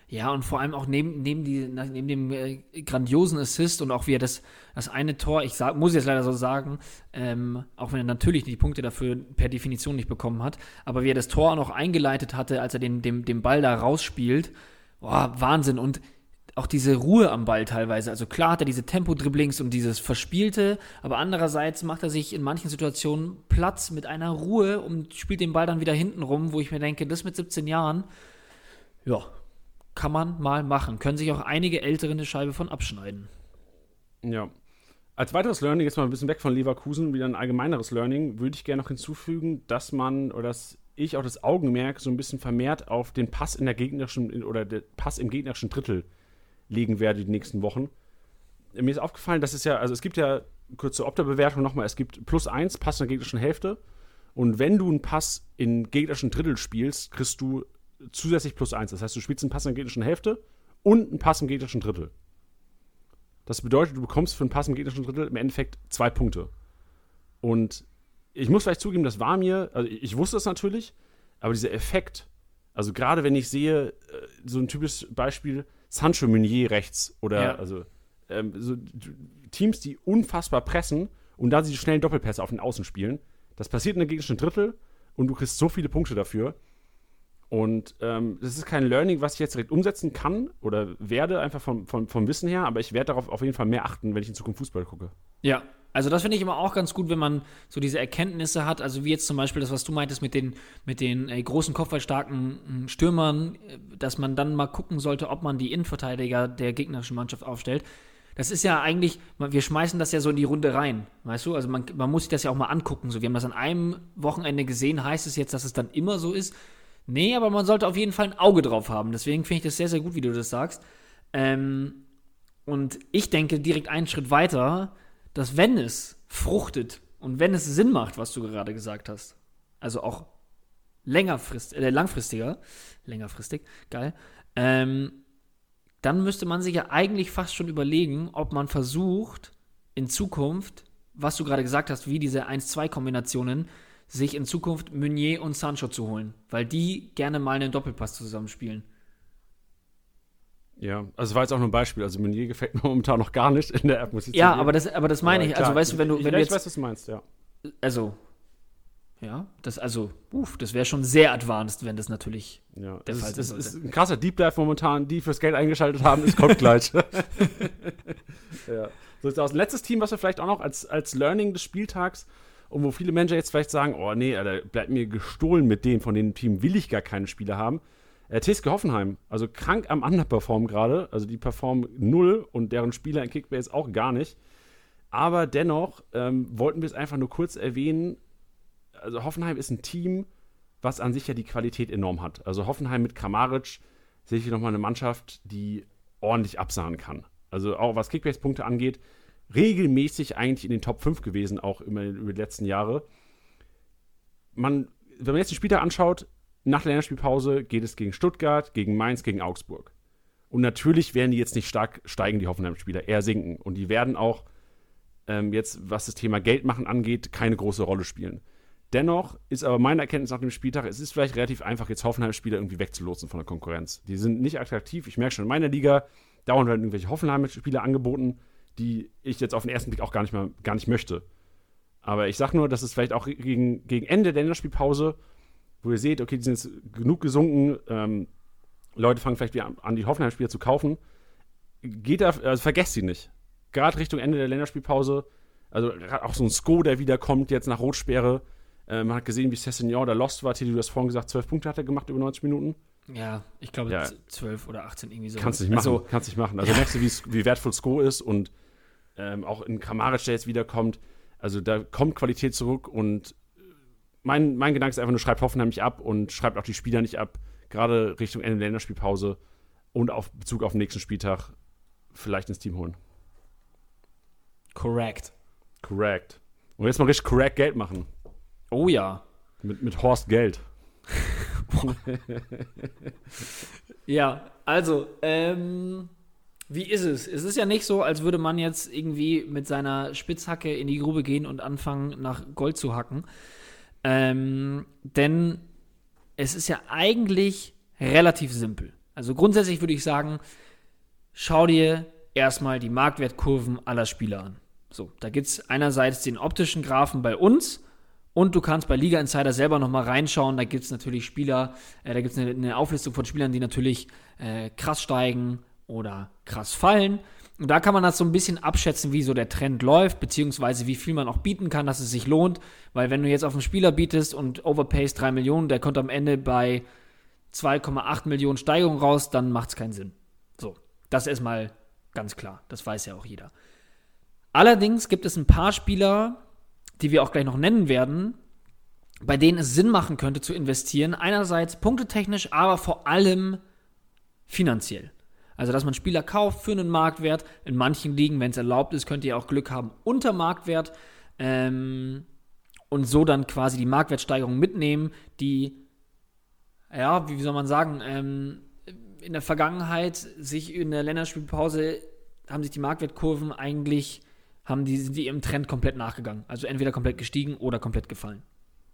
Ja, und vor allem auch neben dem grandiosen Assist und auch wie er das eine Tor, muss ich jetzt leider so sagen, auch wenn er natürlich die Punkte dafür per Definition nicht bekommen hat, aber wie er das Tor auch noch eingeleitet hatte, als er den Ball da rausspielt, boah, Wahnsinn. Und auch diese Ruhe am Ball teilweise. Also klar hat er diese Tempo-Dribblings und dieses Verspielte, aber andererseits macht er sich in manchen Situationen Platz mit einer Ruhe und spielt den Ball dann wieder hinten rum, wo ich mir denke, das mit 17 Jahren, ja, kann man mal machen. Können sich auch einige Ältere eine Scheibe von abschneiden. Ja. Als weiteres Learning, jetzt mal ein bisschen weg von Leverkusen, wieder ein allgemeineres Learning, würde ich gerne noch hinzufügen, dass ich auch das Augenmerk so ein bisschen vermehrt auf den Pass in der gegnerischen oder der Pass im gegnerischen Drittel legen werde die nächsten Wochen. Mir ist aufgefallen, dass es gibt ja, kurze Opta-Bewertung nochmal, es gibt +1 Pass in der gegnerischen Hälfte und wenn du einen Pass in gegnerischen Drittel spielst, kriegst du zusätzlich +1. Das heißt, du spielst einen Pass in der gegnerischen Hälfte und einen Pass im gegnerischen Drittel. Das bedeutet, du bekommst für einen Pass im gegnerischen Drittel im Endeffekt 2 Punkte. Und ich muss vielleicht zugeben, das war mir, also ich wusste es natürlich, aber dieser Effekt, also gerade wenn ich sehe, so ein typisches Beispiel, Sancho Meunier rechts oder so Teams, die unfassbar pressen und dann sie schnellen Doppelpässe auf den Außen spielen, das passiert in der gegnerischen Drittel und du kriegst so viele Punkte dafür. Und das ist kein Learning, was ich jetzt direkt umsetzen kann oder werde, einfach vom Wissen her, aber ich werde darauf auf jeden Fall mehr achten, wenn ich in Zukunft Fußball gucke. Ja, also das finde ich immer auch ganz gut, wenn man so diese Erkenntnisse hat, also wie jetzt zum Beispiel das, was du meintest mit den großen, kopfballstarken Stürmern, dass man dann mal gucken sollte, ob man die Innenverteidiger der gegnerischen Mannschaft aufstellt. Das ist ja eigentlich, wir schmeißen das ja so in die Runde rein, weißt du? Also man muss sich das ja auch mal angucken. So, wir haben das an einem Wochenende gesehen, heißt es jetzt, dass es dann immer so ist? Nee, aber man sollte auf jeden Fall ein Auge drauf haben. Deswegen finde ich das sehr, sehr gut, wie du das sagst. Und ich denke direkt einen Schritt weiter, dass wenn es fruchtet und wenn es Sinn macht, was du gerade gesagt hast, also auch langfristig, geil, dann müsste man sich ja eigentlich fast schon überlegen, ob man versucht, in Zukunft, was du gerade gesagt hast, wie diese 1-2-Kombinationen, sich in Zukunft Meunier und Sancho zu holen, weil die gerne mal einen Doppelpass zusammenspielen. Ja, also es war jetzt auch nur ein Beispiel. Also Meunier gefällt mir momentan noch gar nicht in der App, muss ich ja, zugeben. aber das meine ich. Klar, also weißt du, wenn du ich jetzt, weiß, was du meinst, ja. Also, ja, das wäre schon sehr advanced, wenn das natürlich der Fall sein das sollte. ist ein krasser Deep Dive momentan, die fürs Geld eingeschaltet haben, es kommt gleich. Ja. So ist aus. Letztes Team, was wir vielleicht auch noch als Learning des Spieltags und wo viele Manager jetzt vielleicht sagen, oh nee, Alter, bleibt mir gestohlen mit denen, von dem Team will ich gar keine Spieler haben. TSG Hoffenheim, also krank am Underperformen gerade, also die performen 0 und deren Spieler in Kickbase auch gar nicht. Aber dennoch wollten wir es einfach nur kurz erwähnen, also Hoffenheim ist ein Team, was an sich ja die Qualität enorm hat. Also Hoffenheim mit Kramaric sehe ich hier nochmal eine Mannschaft, die ordentlich absahen kann. Also auch was Kickbase-Punkte angeht, regelmäßig eigentlich in den Top 5 gewesen, auch immer über die letzten Jahre. Wenn man jetzt den Spieltag anschaut, nach der Länderspielpause geht es gegen Stuttgart, gegen Mainz, gegen Augsburg. Und natürlich werden die jetzt nicht stark steigen, die Hoffenheim-Spieler, eher sinken. Und die werden auch jetzt, was das Thema Geldmachen angeht, keine große Rolle spielen. Dennoch ist aber meine Erkenntnis nach dem Spieltag, es ist vielleicht relativ einfach, jetzt Hoffenheim-Spieler irgendwie wegzulotsen von der Konkurrenz. Die sind nicht attraktiv. Ich merke schon, in meiner Liga dauernd werden irgendwelche Hoffenheim-Spieler angeboten, die ich jetzt auf den ersten Blick auch gar nicht möchte. Aber ich sag nur, dass es vielleicht auch gegen Ende der Länderspielpause, wo ihr seht, okay, die sind jetzt genug gesunken, Leute fangen vielleicht wieder an, die Hoffenheim-Spieler zu kaufen, vergesst sie nicht. Gerade Richtung Ende der Länderspielpause, also gerade auch so ein Sko, der wiederkommt jetzt nach Rotsperre. Man hat gesehen, wie Sessegnon da lost war. Teddy, du hast vorhin gesagt, 12 Punkte hat er gemacht über 90 Minuten. Ja, ich glaube 12 oder 18 irgendwie so. Kannst nicht machen. Also merkst du, wie wertvoll Sko ist und auch in Kramaric, der jetzt wiederkommt. Also da kommt Qualität zurück und mein Gedanke ist einfach nur, schreibt Hoffenheim nicht ab und schreibt auch die Spieler nicht ab. Gerade Richtung Ende der Länderspielpause und auf Bezug auf den nächsten Spieltag vielleicht ins Team holen. Correct. Und jetzt mal richtig correct Geld machen. Oh ja. Mit Horst Geld. Ja, also, wie ist es? Es ist ja nicht so, als würde man jetzt irgendwie mit seiner Spitzhacke in die Grube gehen und anfangen, nach Gold zu hacken. Denn es ist ja eigentlich relativ simpel. Also grundsätzlich würde ich sagen, schau dir erstmal die Marktwertkurven aller Spieler an. So, da gibt es einerseits den optischen Graphen bei uns und du kannst bei Liga Insider selber nochmal reinschauen. Da gibt es natürlich Spieler, da gibt es eine Auflistung von Spielern, die natürlich krass steigen oder krass fallen. Und da kann man das so ein bisschen abschätzen, wie so der Trend läuft, beziehungsweise wie viel man auch bieten kann, dass es sich lohnt. Weil wenn du jetzt auf einen Spieler bietest und overpayst 3 Millionen, der kommt am Ende bei 2,8 Millionen Steigerung raus, dann macht es keinen Sinn. So, das ist mal ganz klar. Das weiß ja auch jeder. Allerdings gibt es ein paar Spieler, die wir auch gleich noch nennen werden, bei denen es Sinn machen könnte zu investieren. Einerseits punktetechnisch, aber vor allem finanziell. Also, dass man Spieler kauft für einen Marktwert. In manchen Ligen, wenn es erlaubt ist, könnt ihr auch Glück haben unter Marktwert. Und so dann quasi die Marktwertsteigerung mitnehmen, die, ja, wie soll man sagen, in der Vergangenheit sich in der Länderspielpause haben sich die Marktwertkurven eigentlich sind die im Trend komplett nachgegangen. Also entweder komplett gestiegen oder komplett gefallen.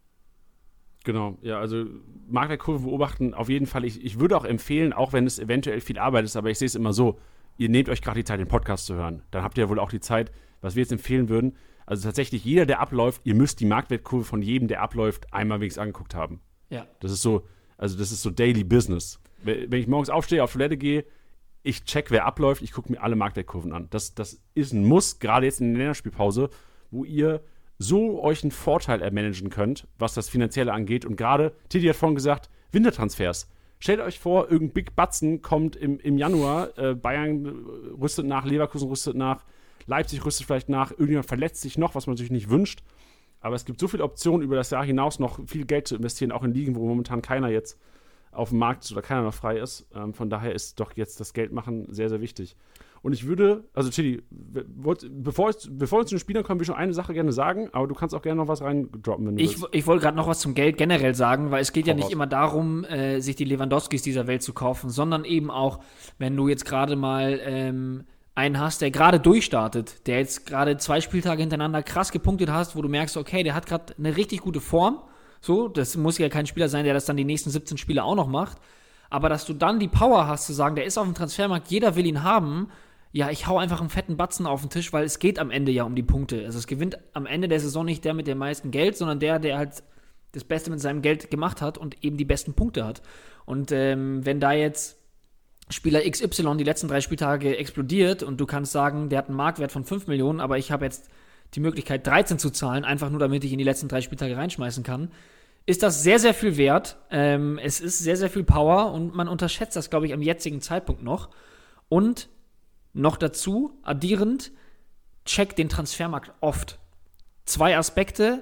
Genau, ja, also Marktwertkurve beobachten auf jeden Fall. Ich würde auch empfehlen, auch wenn es eventuell viel Arbeit ist, aber ich sehe es immer so, ihr nehmt euch gerade die Zeit, den Podcast zu hören. Dann habt ihr ja wohl auch die Zeit, was wir jetzt empfehlen würden. Also tatsächlich, jeder, der abläuft, ihr müsst die Marktwertkurve von jedem, der abläuft, einmal wenigstens angeguckt haben. Ja. Das ist so Daily Business. Wenn ich morgens aufstehe, auf Toilette gehe, ich check, wer abläuft, ich gucke mir alle Marktwertkurven an. Das ist ein Muss, gerade jetzt in der Länderspielpause, wo ihr so euch einen Vorteil ermanagen könnt, was das Finanzielle angeht. Und gerade, Titi hat vorhin gesagt, Wintertransfers. Stellt euch vor, irgendein Big Batzen kommt im Januar, Bayern rüstet nach, Leverkusen rüstet nach, Leipzig rüstet vielleicht nach, irgendjemand verletzt sich noch, was man sich nicht wünscht. Aber es gibt so viele Optionen, über das Jahr hinaus noch viel Geld zu investieren, auch in Ligen, wo momentan keiner jetzt auf dem Markt ist oder keiner noch frei ist. Von daher ist doch jetzt das Geldmachen sehr, sehr wichtig. Und ich würde, also Chili, bevor wir zu den Spielern kommen, will ich schon eine Sache gerne sagen, aber du kannst auch gerne noch was reindroppen, wenn du willst. Ich wollte gerade noch was zum Geld generell sagen, weil es geht ja nicht immer darum, sich die Lewandowskis dieser Welt zu kaufen, sondern eben auch, wenn du jetzt gerade mal einen hast, der gerade durchstartet, der jetzt gerade 2 Spieltage hintereinander krass gepunktet hast, wo du merkst, okay, der hat gerade eine richtig gute Form. So, das muss ja kein Spieler sein, der das dann die nächsten 17 Spiele auch noch macht. Aber dass du dann die Power hast zu sagen, der ist auf dem Transfermarkt, jeder will ihn haben, ja, ich hau einfach einen fetten Batzen auf den Tisch, weil es geht am Ende ja um die Punkte. Also es gewinnt am Ende der Saison nicht der mit dem meisten Geld, sondern der halt das Beste mit seinem Geld gemacht hat und eben die besten Punkte hat. Und wenn da jetzt Spieler XY die letzten 3 Spieltage explodiert und du kannst sagen, der hat einen Marktwert von 5 Millionen, aber ich habe jetzt die Möglichkeit 13 zu zahlen, einfach nur damit ich in die letzten 3 Spieltage reinschmeißen kann, ist das sehr, sehr viel wert. Es ist sehr, sehr viel Power und man unterschätzt das, glaube ich, am jetzigen Zeitpunkt noch. Und noch dazu, addierend, checkt den Transfermarkt oft. 2 Aspekte.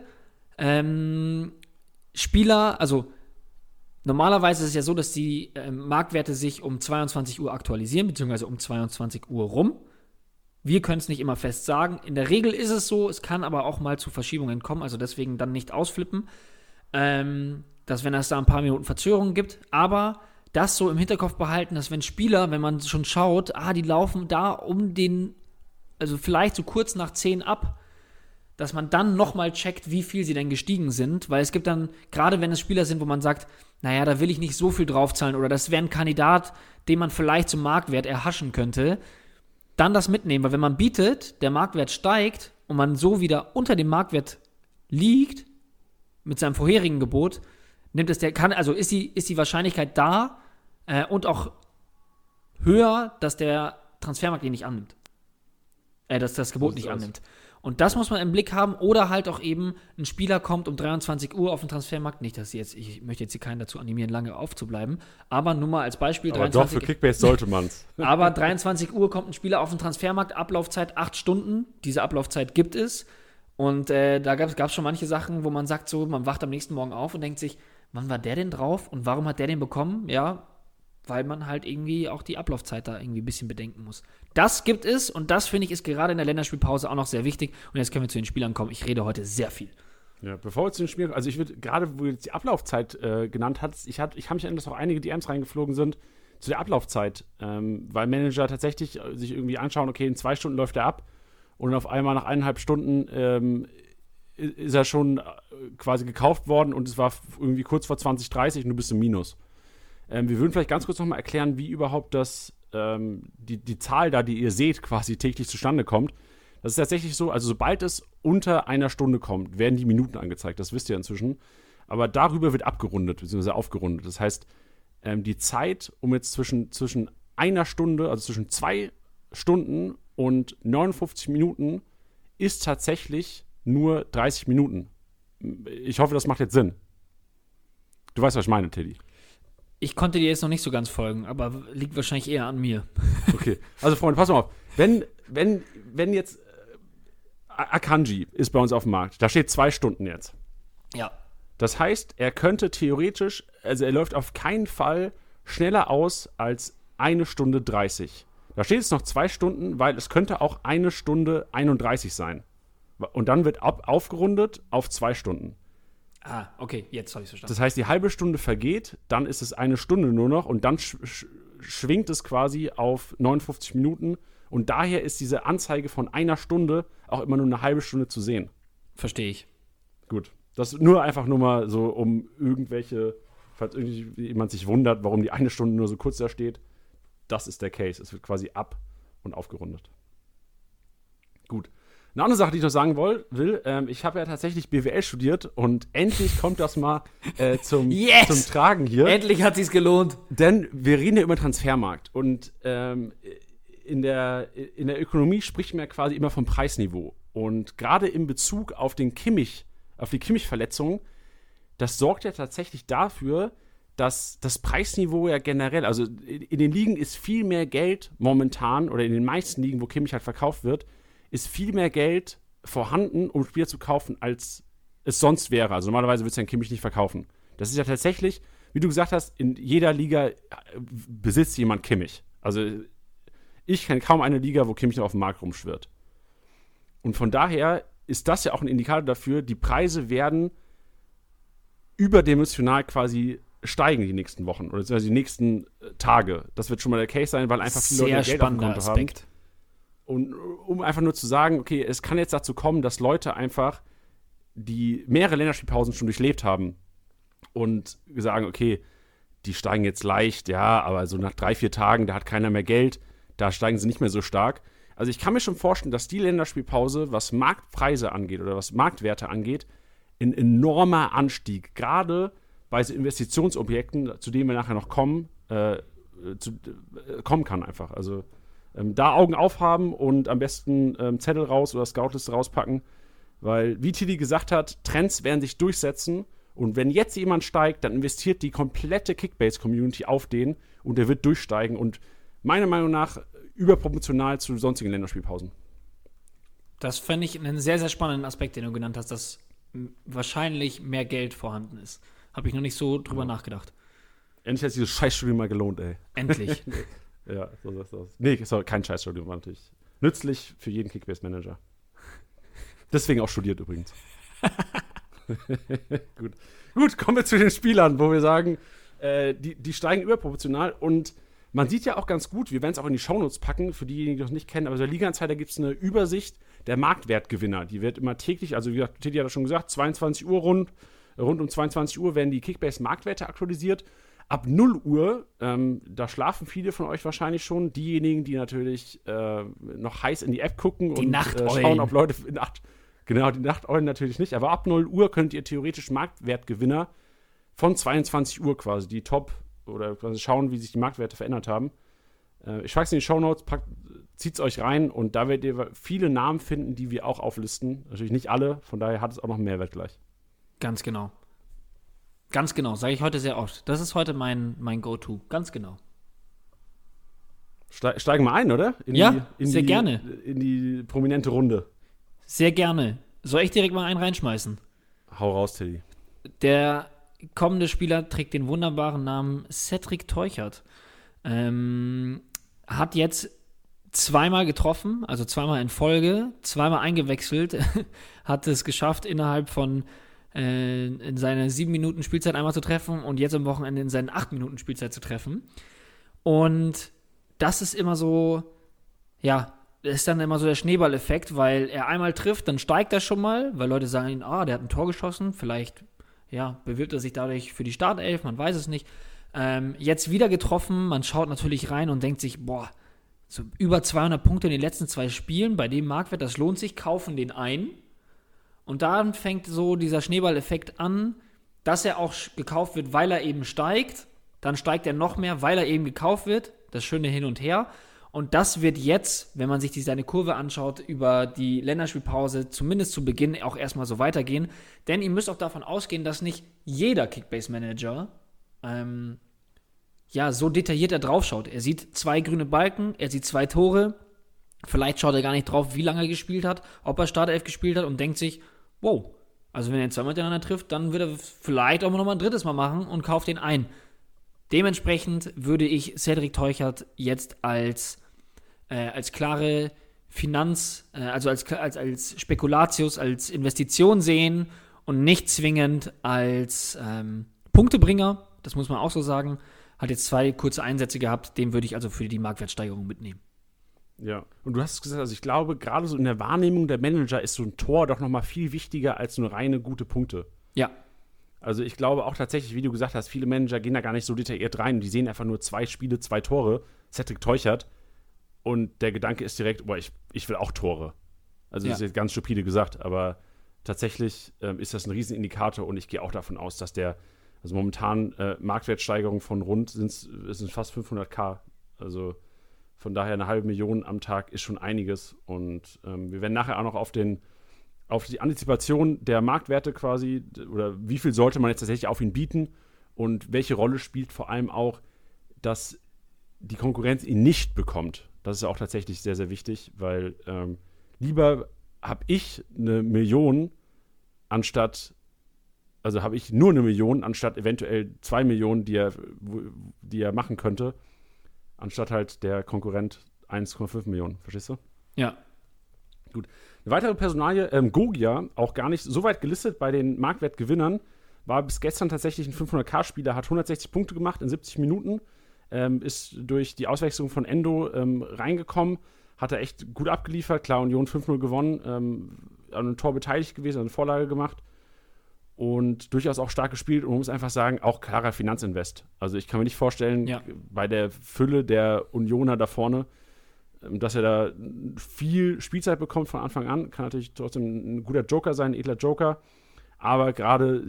Spieler, also normalerweise ist es ja so, dass die Marktwerte sich um 22 Uhr aktualisieren, beziehungsweise um 22 Uhr rum. Wir können es nicht immer fest sagen. In der Regel ist es so, es kann aber auch mal zu Verschiebungen kommen, also deswegen dann nicht ausflippen, dass wenn es da ein paar Minuten Verzögerung gibt, aber das so im Hinterkopf behalten, dass wenn Spieler, wenn man schon schaut, die laufen da also vielleicht so kurz nach 10 ab, dass man dann nochmal checkt, wie viel sie denn gestiegen sind, weil es gibt dann, gerade wenn es Spieler sind, wo man sagt, naja, da will ich nicht so viel draufzahlen oder das wäre ein Kandidat, den man vielleicht zum Marktwert erhaschen könnte, dann das mitnehmen, weil wenn man bietet, der Marktwert steigt und man so wieder unter dem Marktwert liegt, mit seinem vorherigen Gebot, ist die Wahrscheinlichkeit da und auch höher, dass der Transfermarkt ihn nicht annimmt. Dass das Gebot nicht annimmt. Und das muss man im Blick haben. Oder halt auch eben, ein Spieler kommt um 23 Uhr auf den Transfermarkt. Nicht, dass ich möchte jetzt hier keinen dazu animieren, lange aufzubleiben. Aber nur mal als Beispiel. Aber doch, für Kickbase sollte man's. Aber 23 Uhr kommt ein Spieler auf den Transfermarkt. Ablaufzeit 8 Stunden. Diese Ablaufzeit gibt es. Und da gab es schon manche Sachen, wo man sagt so, man wacht am nächsten Morgen auf und denkt sich, wann war der denn drauf und warum hat der den bekommen? Ja, weil man halt irgendwie auch die Ablaufzeit da irgendwie ein bisschen bedenken muss. Das gibt es und das, finde ich, ist gerade in der Länderspielpause auch noch sehr wichtig. Und jetzt können wir zu den Spielern kommen. Ich rede heute sehr viel. Ja, bevor wir zu den Spielern, also ich würde, gerade wo du jetzt die Ablaufzeit genannt hast, ich kann mich erinnern, dass auch einige DMs reingeflogen sind zu der Ablaufzeit, weil Manager tatsächlich sich irgendwie anschauen, okay, in 2 Stunden läuft er ab und auf einmal nach 1,5 Stunden ist er schon quasi gekauft worden und es war irgendwie kurz vor 20:30 und du bist im Minus. Wir würden vielleicht ganz kurz nochmal erklären, wie überhaupt die Zahl da, die ihr seht, quasi täglich zustande kommt. Das ist tatsächlich so, also sobald es unter einer Stunde kommt, werden die Minuten angezeigt, das wisst ihr inzwischen. Aber darüber wird abgerundet, beziehungsweise aufgerundet. Das heißt, die Zeit, um jetzt zwischen einer Stunde, also zwischen 2 Stunden und 59 Minuten, ist tatsächlich nur 30 Minuten. Ich hoffe, das macht jetzt Sinn. Du weißt, was ich meine, Teddy. Ich konnte dir jetzt noch nicht so ganz folgen, aber liegt wahrscheinlich eher an mir. Okay, also Freunde, pass mal auf. Wenn jetzt Akanji ist bei uns auf dem Markt, da steht 2 Stunden jetzt. Ja. Das heißt, er könnte theoretisch, also er läuft auf keinen Fall schneller aus als 1 Stunde 30. Da steht jetzt noch 2 Stunden, weil es könnte auch 1 Stunde 31 sein. Und dann wird aufgerundet auf 2 Stunden. Ah, okay, jetzt habe ich es verstanden. Das heißt, die halbe Stunde vergeht, dann ist es 1 Stunde nur noch und dann schwingt es quasi auf 59 Minuten. Und daher ist diese Anzeige von 1 Stunde auch immer nur eine halbe Stunde zu sehen. Verstehe ich. Gut. Das nur mal so, um falls irgendjemand sich wundert, warum die 1 Stunde nur so kurz da steht. Das ist der Case. Es wird quasi ab und aufgerundet. Gut. Eine andere Sache, die ich noch sagen will, ich habe ja tatsächlich BWL studiert und endlich kommt das mal zum Tragen hier. Endlich hat sich's gelohnt. Denn wir reden ja über den Transfermarkt und in der Ökonomie spricht man ja quasi immer vom Preisniveau. Und gerade in Bezug auf die Kimmich-Verletzung, das sorgt ja tatsächlich dafür, dass das Preisniveau ja generell, also in den Ligen ist viel mehr Geld momentan, oder in den meisten Ligen, wo Kimmich halt verkauft wird, ist viel mehr Geld vorhanden, um Spieler zu kaufen, als es sonst wäre. Also normalerweise würdest du einen Kimmich nicht verkaufen. Das ist ja tatsächlich, wie du gesagt hast, in jeder Liga besitzt jemand Kimmich. Also ich kenne kaum eine Liga, wo Kimmich noch auf dem Markt rumschwirrt. Und von daher ist das ja auch ein Indikator dafür, die Preise werden überdimensional quasi steigen die nächsten Wochen oder die nächsten Tage. Das wird schon mal der Case sein, weil einfach viele Leute Geld auf dem Konto haben. Und um einfach nur zu sagen, okay, es kann jetzt dazu kommen, dass Leute einfach, die mehrere Länderspielpausen schon durchlebt haben und sagen, okay, die steigen jetzt leicht, ja, aber so nach 3-4 Tagen, da hat keiner mehr Geld, da steigen sie nicht mehr so stark. Also ich kann mir schon vorstellen, dass die Länderspielpause, was Marktpreise angeht oder was Marktwerte angeht, ein enormer Anstieg, gerade bei so Investitionsobjekten, zu denen wir nachher noch kommen kann einfach. Also da Augen aufhaben und am besten Zettel raus oder Scoutliste rauspacken, weil, wie Tilly gesagt hat, Trends werden sich durchsetzen und wenn jetzt jemand steigt, dann investiert die komplette Kickbase-Community auf den und der wird durchsteigen und meiner Meinung nach überproportional zu sonstigen Länderspielpausen. Das fände ich einen sehr, sehr spannenden Aspekt, den du genannt hast, dass wahrscheinlich mehr Geld vorhanden ist. Habe ich noch nicht so drüber nachgedacht. Endlich hat sich dieses Scheißstudium mal gelohnt, ey. Endlich. Ja, so ist das. Nee, ist auch kein Scheißstudium, war natürlich nützlich für jeden Kickbase-Manager. Deswegen auch studiert übrigens. Gut, kommen wir zu den Spielern, wo wir sagen, die steigen überproportional und man sieht ja auch ganz gut, wir werden es auch in die Shownotes packen, für diejenigen, die das nicht kennen, aber bei der Liga-Insider gibt es eine Übersicht der Marktwertgewinner. Die wird immer täglich, also wie gesagt, Teddy hat das schon gesagt, 22 Uhr rund um 22 Uhr werden die Kickbase-Marktwerte aktualisiert. Ab 0 Uhr, da schlafen viele von euch wahrscheinlich schon, diejenigen, die natürlich noch heiß in die App gucken die und schauen, ob Leute die Nachteulen natürlich nicht, aber ab 0 Uhr könnt ihr theoretisch Marktwertgewinner von 22 Uhr quasi, die Top oder quasi schauen, wie sich die Marktwerte verändert haben. Ich schreibe es in die Shownotes, zieht es euch rein und da werdet ihr viele Namen finden, die wir auch auflisten. Natürlich nicht alle, von daher hat es auch noch einen Mehrwert gleich. Ganz genau. Ganz genau, sage ich heute sehr oft. Das ist heute mein Go-To. Ganz genau. Steigen wir ein, oder? Sehr gerne. In die prominente Runde. Sehr gerne. Soll ich direkt mal einen reinschmeißen? Hau raus, Teddy. Der kommende Spieler trägt den wunderbaren Namen Cedric Teuchert. Hat jetzt zweimal getroffen, also zweimal in Folge, zweimal eingewechselt, hat es geschafft, innerhalb von in seine 7 Minuten Spielzeit einmal zu treffen und jetzt am Wochenende in seinen 8 Minuten Spielzeit zu treffen. Und das ist immer so, ja, das ist dann immer so der Schneeballeffekt, weil er einmal trifft, dann steigt er schon mal, weil Leute sagen, der hat ein Tor geschossen, vielleicht, ja, bewirbt er sich dadurch für die Startelf, man weiß es nicht. Jetzt wieder getroffen, man schaut natürlich rein und denkt sich, boah, so über 200 Punkte in den letzten 2 Spielen, bei dem Marktwert, das lohnt sich, kaufen den ein. Und dann fängt so dieser Schneeballeffekt an, dass er auch gekauft wird, weil er eben steigt. Dann steigt er noch mehr, weil er eben gekauft wird. Das schöne Hin und Her. Und das wird jetzt, wenn man sich seine Kurve anschaut, über die Länderspielpause zumindest zu Beginn auch erstmal so weitergehen. Denn ihr müsst auch davon ausgehen, dass nicht jeder Kickbase-Manager so detailliert da drauf schaut. Er sieht 2 grüne Balken, er sieht 2 Tore. Vielleicht schaut er gar nicht drauf, wie lange er gespielt hat, ob er Startelf gespielt hat und denkt sich, wow, also wenn er ihn 2 miteinander trifft, dann wird er vielleicht auch noch mal ein 3. Mal machen und kauft den ein. Dementsprechend würde ich Cedric Teuchert jetzt als klare Finanz, also als Spekulatius, als Investition sehen und nicht zwingend als Punktebringer. Das muss man auch so sagen. Hat jetzt 2 kurze Einsätze gehabt, den würde ich also für die Marktwertsteigerung mitnehmen. Ja, und du hast es gesagt, also ich glaube, gerade so in der Wahrnehmung der Manager ist so ein Tor doch noch mal viel wichtiger als nur reine gute Punkte. Ja. Also ich glaube auch tatsächlich, wie du gesagt hast, viele Manager gehen da gar nicht so detailliert rein. Die sehen einfach nur 2 Spiele, 2 Tore, Cedric Teuchert. Und der Gedanke ist direkt, boah, ich will auch Tore. Also das ist jetzt ganz stupide gesagt, aber tatsächlich ist das ein Riesenindikator und ich gehe auch davon aus, dass also momentan Marktwertsteigerung von rund sind fast 500.000. Also von daher 500.000 am Tag ist schon einiges. Und wir werden nachher auch noch auf die Antizipation der Marktwerte quasi, oder wie viel sollte man jetzt tatsächlich auf ihn bieten und welche Rolle spielt vor allem auch, dass die Konkurrenz ihn nicht bekommt. Das ist auch tatsächlich sehr, sehr wichtig, weil lieber habe ich eine Million anstatt, also habe ich nur eine Million anstatt eventuell 2 Millionen, die er machen könnte, anstatt halt der Konkurrent 1,5 Millionen. Verstehst du? Ja. Gut. Eine weitere Personalie, Gogia, auch gar nicht so weit gelistet bei den Marktwertgewinnern, war bis gestern tatsächlich ein 500k-Spieler, hat 160 Punkte gemacht in 70 Minuten, ist durch die Auswechslung von Endo reingekommen, hat er echt gut abgeliefert, klar, Union 5-0 gewonnen, an einem Tor beteiligt gewesen, eine Vorlage gemacht und durchaus auch stark gespielt und man muss einfach sagen, auch klarer Finanzinvest. Also ich kann mir nicht vorstellen, bei der Fülle der Unioner da vorne, dass er da viel Spielzeit bekommt von Anfang an. Kann natürlich trotzdem ein guter Joker sein, ein edler Joker. Aber gerade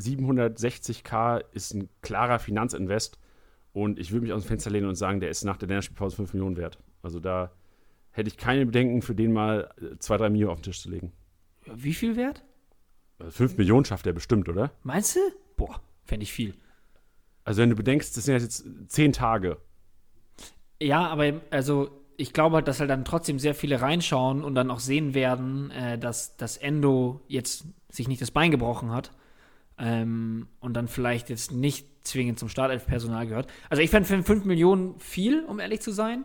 760k ist ein klarer Finanzinvest. Und ich würde mich aus dem Fenster lehnen und sagen, der ist nach der Länderspielpause 5 Millionen wert. Also da hätte ich keine Bedenken, für den mal 2-3 Millionen auf den Tisch zu legen. Wie viel wert? 5 Millionen schafft er bestimmt, oder? Meinst du? Boah, fände ich viel. Also wenn du bedenkst, das sind jetzt 10 Tage. Ja, aber also ich glaube halt, dass halt dann trotzdem sehr viele reinschauen und dann auch sehen werden, dass das Endo jetzt sich nicht das Bein gebrochen hat und dann vielleicht jetzt nicht zwingend zum Startelf-Personal gehört. Also ich fände 5 Millionen viel, um ehrlich zu sein.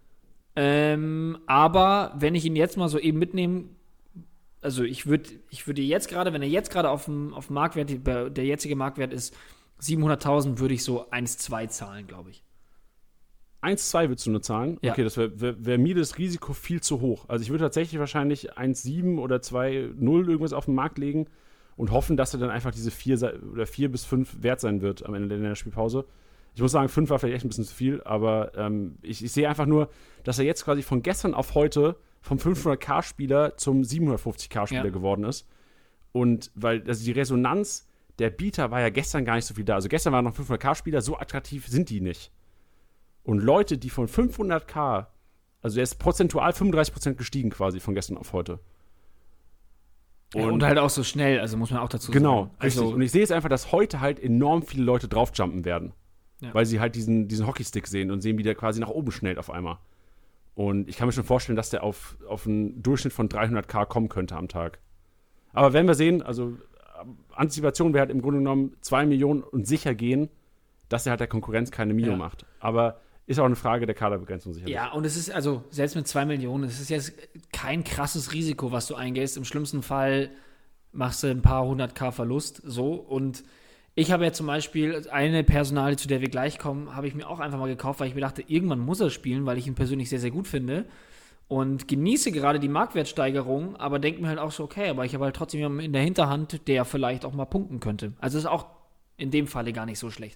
Aber wenn ich ihn jetzt mal so eben mitnehme, also ich würde jetzt gerade, wenn er jetzt gerade auf dem Marktwert, der jetzige Marktwert ist 700.000, würde ich so 1,2 zahlen, glaube ich. 1,2 würdest du nur zahlen? Ja. Okay, das wär mir das Risiko viel zu hoch. Also ich würde tatsächlich wahrscheinlich 1,7 oder 2,0 irgendwas auf den Markt legen und hoffen, dass er dann einfach diese 4 bis 5 wert sein wird am Ende der Spielpause. Ich muss sagen, 5 war vielleicht echt ein bisschen zu viel, aber ich sehe einfach nur, dass er jetzt quasi von gestern auf heute vom 500k-Spieler zum 750k-Spieler geworden ist. Und weil also die Resonanz der Bieter war ja gestern gar nicht so viel da. Also gestern waren noch 500k-Spieler, so attraktiv sind die nicht. Und Leute, die von 500k, also der ist prozentual 35% gestiegen quasi von gestern auf heute. Und halt auch so schnell, also muss man auch dazu sagen. Genau, also, richtig. Und ich sehe jetzt einfach, dass heute halt enorm viele Leute draufjumpen werden. Ja. Weil sie halt diesen Hockeystick sehen und sehen, wie der quasi nach oben schnellt auf einmal. Und ich kann mir schon vorstellen, dass der auf einen Durchschnitt von 300k kommen könnte am Tag. Aber werden wir sehen, also Antizipation wäre halt im Grunde genommen 2 Millionen und sicher gehen, dass er halt der Konkurrenz keine Mio macht. Aber ist auch eine Frage der Kaderbegrenzung sicherlich. Ja, und es ist also, selbst mit 2 Millionen, es ist jetzt kein krasses Risiko, was du eingehst. Im schlimmsten Fall machst du ein paar 100k Verlust, so. Und ich habe ja zum Beispiel eine Personalie, zu der wir gleich kommen, habe ich mir auch einfach mal gekauft, weil ich mir dachte, irgendwann muss er spielen, weil ich ihn persönlich sehr, sehr gut finde. Und genieße gerade die Marktwertsteigerung, aber denke mir halt auch so, okay, aber ich habe halt trotzdem jemanden in der Hinterhand, der vielleicht auch mal punkten könnte. Also ist auch in dem Falle gar nicht so schlecht.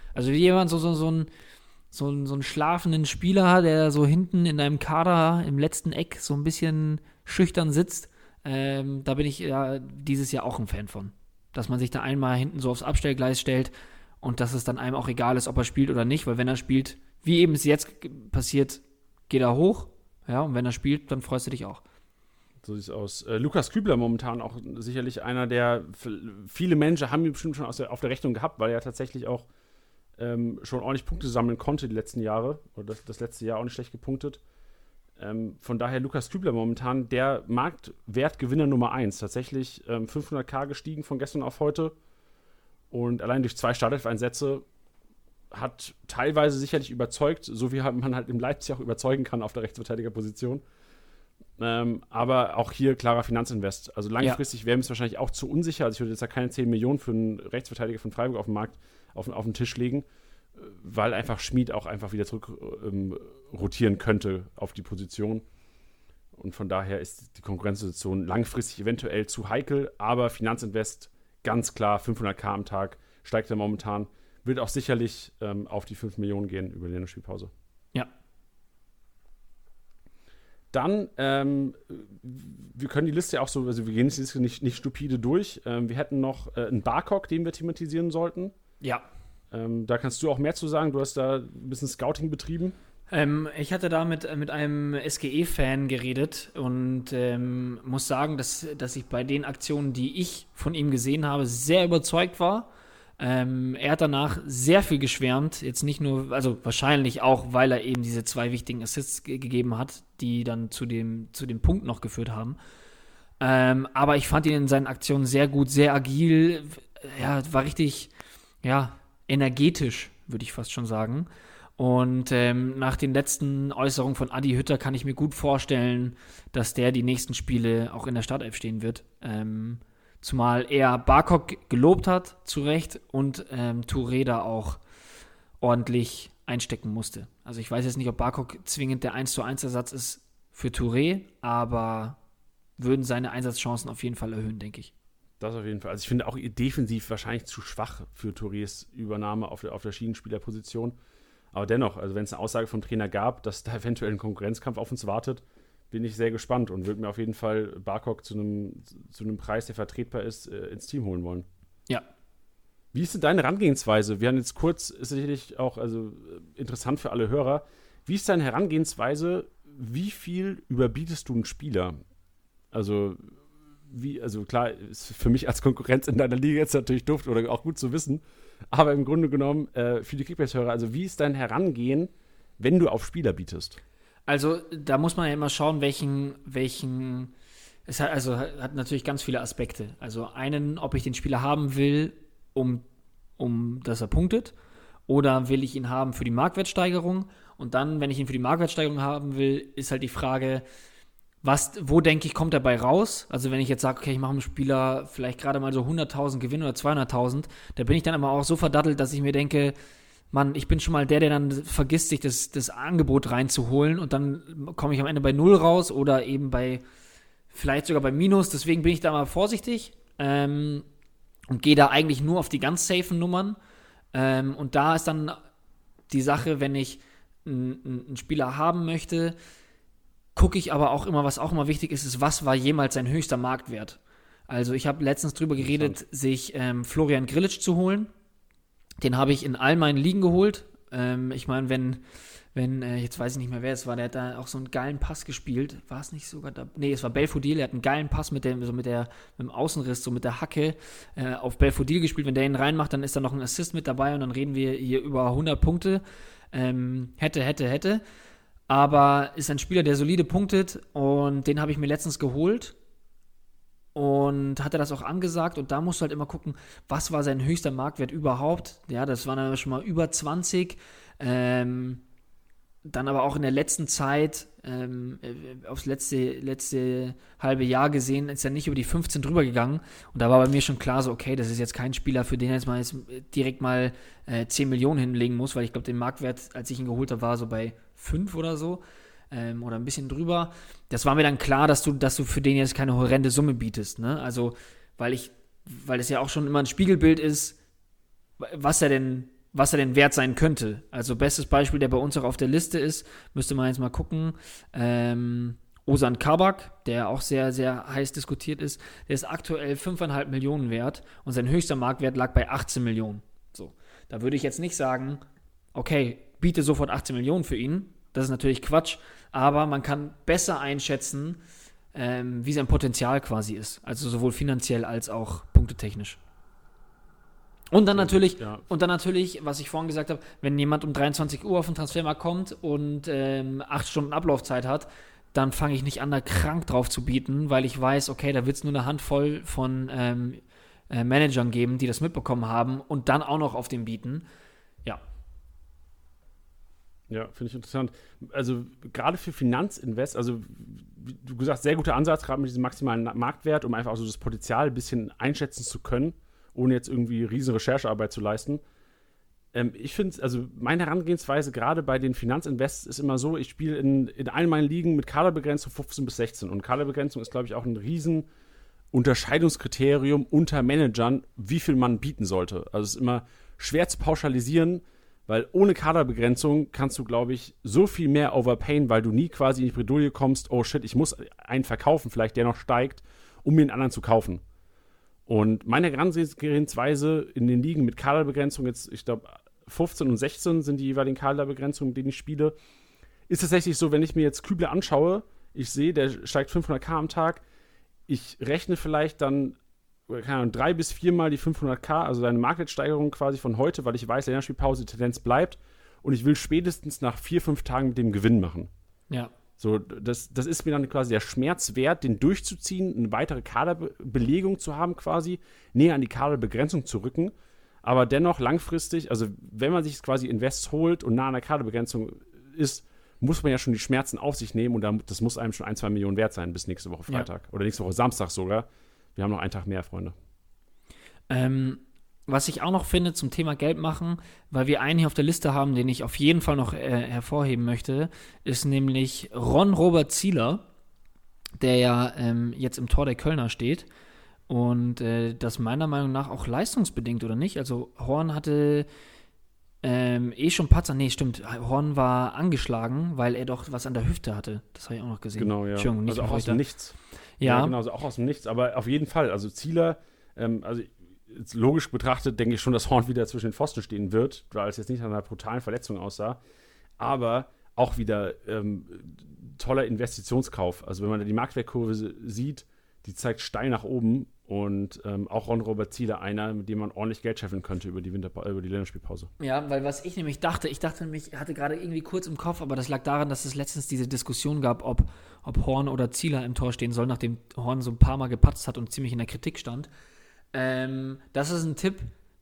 Also wie jemand so einen schlafenden Spieler, der so hinten in deinem Kader im letzten Eck so ein bisschen schüchtern sitzt, da bin ich ja dieses Jahr auch ein Fan von. Dass man sich da einmal hinten so aufs Abstellgleis stellt und dass es dann einem auch egal ist, ob er spielt oder nicht, weil wenn er spielt, wie eben es jetzt passiert, geht er hoch, ja, und wenn er spielt, dann freust du dich auch. So sieht es aus. Lukas Kübler momentan auch sicherlich einer, der viele Menschen haben ihn bestimmt schon auf der Rechnung gehabt, weil er tatsächlich auch schon ordentlich Punkte sammeln konnte die letzten Jahre. Oder das letzte Jahr auch nicht schlecht gepunktet. Von daher Lukas Kübler momentan der Marktwertgewinner Nummer 1. Tatsächlich 500.000 gestiegen von gestern auf heute. Und allein durch 2 Startelf-Einsätze hat teilweise sicherlich überzeugt, so wie man halt im Leipzig auch überzeugen kann auf der Rechtsverteidigerposition. Aber auch hier klarer Finanzinvest. Also langfristig wäre es wahrscheinlich auch zu unsicher. Also ich würde jetzt da keine 10 Millionen für einen Rechtsverteidiger von Freiburg auf dem Markt auf den Tisch legen, weil einfach Schmid auch einfach wieder zurück rotieren könnte auf die Position. Und von daher ist die Konkurrenzsituation langfristig eventuell zu heikel, aber Finanzinvest ganz klar 500.000 am Tag steigt er momentan. Wird auch sicherlich auf die 5 Millionen gehen über die Länderspielpause. Ja. Dann, wir können die Liste auch so, also wir gehen die Liste nicht stupide durch. Wir hätten noch einen Barkok, den wir thematisieren sollten. Ja. Da kannst du auch mehr zu sagen. Du hast da ein bisschen Scouting betrieben. Ich hatte da mit einem SGE-Fan geredet und muss sagen, dass ich bei den Aktionen, die ich von ihm gesehen habe, sehr überzeugt war. Er hat danach sehr viel geschwärmt, jetzt nicht nur, also wahrscheinlich auch, weil er eben diese 2 wichtigen Assists gegeben hat, die dann zu dem Punkt noch geführt haben. Aber ich fand ihn in seinen Aktionen sehr gut, sehr agil, war richtig, energetisch, würde ich fast schon sagen. Und nach den letzten Äußerungen von Adi Hütter kann ich mir gut vorstellen, dass der die nächsten Spiele auch in der Startelf stehen wird. Zumal er Barkok gelobt hat, zu Recht, und Touré da auch ordentlich einstecken musste. Also ich weiß jetzt nicht, ob Barkok zwingend der 1:1 ist für Touré, aber würden seine Einsatzchancen auf jeden Fall erhöhen, denke ich. Das auf jeden Fall. Also ich finde auch defensiv wahrscheinlich zu schwach für Tourés Übernahme auf der Schienenspielerposition. Aber dennoch, also wenn es eine Aussage vom Trainer gab, dass da eventuell ein Konkurrenzkampf auf uns wartet, bin ich sehr gespannt und würde mir auf jeden Fall Barkok zu einem Preis, der vertretbar ist, ins Team holen wollen. Ja. Wie ist denn deine Herangehensweise? Wir haben jetzt kurz, ist sicherlich auch interessant für alle Hörer, wie ist deine Herangehensweise, wie viel überbietest du einen Spieler? Also klar, ist für mich als Konkurrenz in deiner Liga jetzt natürlich doof oder auch gut zu wissen, aber im Grunde genommen für die Kickbase-Hörer, also wie ist dein Herangehen, wenn du auf Spieler bietest? Also da muss man ja immer schauen, es hat natürlich ganz viele Aspekte. Also einen, ob ich den Spieler haben will, um dass er punktet, oder will ich ihn haben für die Marktwertsteigerung? Und dann, wenn ich ihn für die Marktwertsteigerung haben will, ist halt die Frage, wo denke ich, kommt dabei raus? Also wenn ich jetzt sage, okay, ich mache einem Spieler vielleicht gerade mal so 100.000 Gewinn oder 200.000, da bin ich dann aber auch so verdattelt, dass ich mir denke, Mann, ich bin schon mal der dann vergisst, sich das Angebot reinzuholen und dann komme ich am Ende bei 0 raus oder eben vielleicht sogar bei Minus. Deswegen bin ich da mal vorsichtig und gehe da eigentlich nur auf die ganz safen Nummern. Und da ist dann die Sache, wenn ich einen Spieler haben möchte, gucke ich aber auch immer, was auch immer wichtig ist, was war jemals sein höchster Marktwert. Also ich habe letztens drüber geredet, sich Florian Grillitsch zu holen. Den habe ich in all meinen Ligen geholt. Ich meine, wenn jetzt weiß ich nicht mehr, wer es war, der hat da auch so einen geilen Pass gespielt. War es nicht sogar da? Nee, es war Belfodil, der hat einen geilen Pass mit dem Außenriss, so mit der Hacke auf Belfodil gespielt. Wenn der ihn reinmacht, dann ist da noch ein Assist mit dabei und dann reden wir hier über 100 Punkte. Hätte. Aber ist ein Spieler, der solide punktet und den habe ich mir letztens geholt. Und hat er das auch angesagt und da musst du halt immer gucken, was war sein höchster Marktwert überhaupt. Ja, das waren dann schon mal über 20. Dann aber auch in der letzten Zeit, aufs letzte halbe Jahr gesehen, ist er nicht über die 15 drüber gegangen. Und da war bei mir schon klar so, okay, das ist jetzt kein Spieler, für den er jetzt direkt mal 10 Millionen hinlegen muss, weil ich glaube, der Marktwert, als ich ihn geholt habe, war so bei 5 oder so. Oder ein bisschen drüber. Das war mir dann klar, dass du für den jetzt keine horrende Summe bietest, ne? Also, weil es ja auch schon immer ein Spiegelbild ist, was er denn was er denn wert sein könnte. Also bestes Beispiel, der bei uns auch auf der Liste ist, müsste man jetzt mal gucken, Ozan Kabak, der auch sehr, sehr heiß diskutiert ist, der ist aktuell 5,5 Millionen wert und sein höchster Marktwert lag bei 18 Millionen. So, da würde ich jetzt nicht sagen, okay, biete sofort 18 Millionen für ihn. Das ist natürlich Quatsch, aber man kann besser einschätzen, wie sein Potenzial quasi ist. Also sowohl finanziell als auch punktetechnisch. Und dann natürlich, was ich vorhin gesagt habe, wenn jemand um 23 Uhr auf den Transfermarkt kommt und 8 Stunden Ablaufzeit hat, dann fange ich nicht an, da krank drauf zu bieten, weil ich weiß, okay, da wird es nur eine Handvoll von Managern geben, die das mitbekommen haben und dann auch noch auf den bieten. Ja. Ja, finde ich interessant. Also gerade für Finanzinvest, also wie du gesagt, sehr guter Ansatz, gerade mit diesem maximalen Marktwert, um einfach auch so das Potenzial ein bisschen einschätzen zu können, ohne jetzt irgendwie riesen Recherchearbeit zu leisten. Ich finde, also meine Herangehensweise gerade bei den Finanzinvests ist immer so, ich spiele in allen meinen Ligen mit Kaderbegrenzung 15 bis 16 und Kaderbegrenzung ist, glaube ich, auch ein riesen Unterscheidungskriterium unter Managern, wie viel man bieten sollte. Also es ist immer schwer zu pauschalisieren, weil ohne Kaderbegrenzung kannst du, glaube ich, so viel mehr overpayen, weil du nie quasi in die Bredouille kommst, oh shit, ich muss einen verkaufen, vielleicht der noch steigt, um mir einen anderen zu kaufen. Und meine Herangehensweise in den Ligen mit Kaderbegrenzung, jetzt, ich glaube, 15 und 16 sind die jeweiligen Kaderbegrenzungen, mit denen ich spiele, ist tatsächlich so, wenn ich mir jetzt Kübler anschaue, ich sehe, der steigt 500k am Tag, ich rechne vielleicht dann, keine Ahnung, 3 bis 4 Mal die 500k, also seine Marktwertsteigerung quasi von heute, weil ich weiß, Länderspielpause, die Tendenz bleibt und ich will spätestens nach 4-5 Tagen mit dem Gewinn machen. Ja. So, das ist mir dann quasi der Schmerz wert, den durchzuziehen, eine weitere Kaderbelegung zu haben quasi, näher an die Kaderbegrenzung zu rücken, aber dennoch langfristig, also wenn man sich quasi Invests holt und nah an der Kaderbegrenzung ist, muss man ja schon die Schmerzen auf sich nehmen und das muss einem schon 1-2 Millionen wert sein bis nächste Woche Freitag oder nächste Woche Samstag sogar. Wir haben noch einen Tag mehr, Freunde. Was ich auch noch finde zum Thema Geld machen, weil wir einen hier auf der Liste haben, den ich auf jeden Fall noch hervorheben möchte, ist nämlich Ron-Robert Zieler, der ja jetzt im Tor der Kölner steht und das meiner Meinung nach auch leistungsbedingt, oder nicht? Also Horn hatte schon Patzer, nee, stimmt, Horn war angeschlagen, weil er doch was an der Hüfte hatte. Das habe ich auch noch gesehen. Genau, ja. Nicht also auch aus dem Nichts. Ja, genau, also auch aus dem Nichts, aber auf jeden Fall, also Zieler, also jetzt logisch betrachtet denke ich schon, dass Horn wieder zwischen den Pfosten stehen wird, weil es jetzt nicht nach einer brutalen Verletzung aussah, aber auch wieder toller Investitionskauf. Also wenn man da die Marktwertkurve sieht, die zeigt steil nach oben und auch Ron-Robert Zieler einer, mit dem man ordentlich Geld scheffeln könnte über die Länderspielpause. Ja, weil was ich nämlich dachte, hatte gerade irgendwie kurz im Kopf, aber das lag daran, dass es letztens diese Diskussion gab, ob Horn oder Zieler im Tor stehen soll, nachdem Horn so ein paar Mal gepatzt hat und ziemlich in der Kritik stand. Das ist ein Tipp,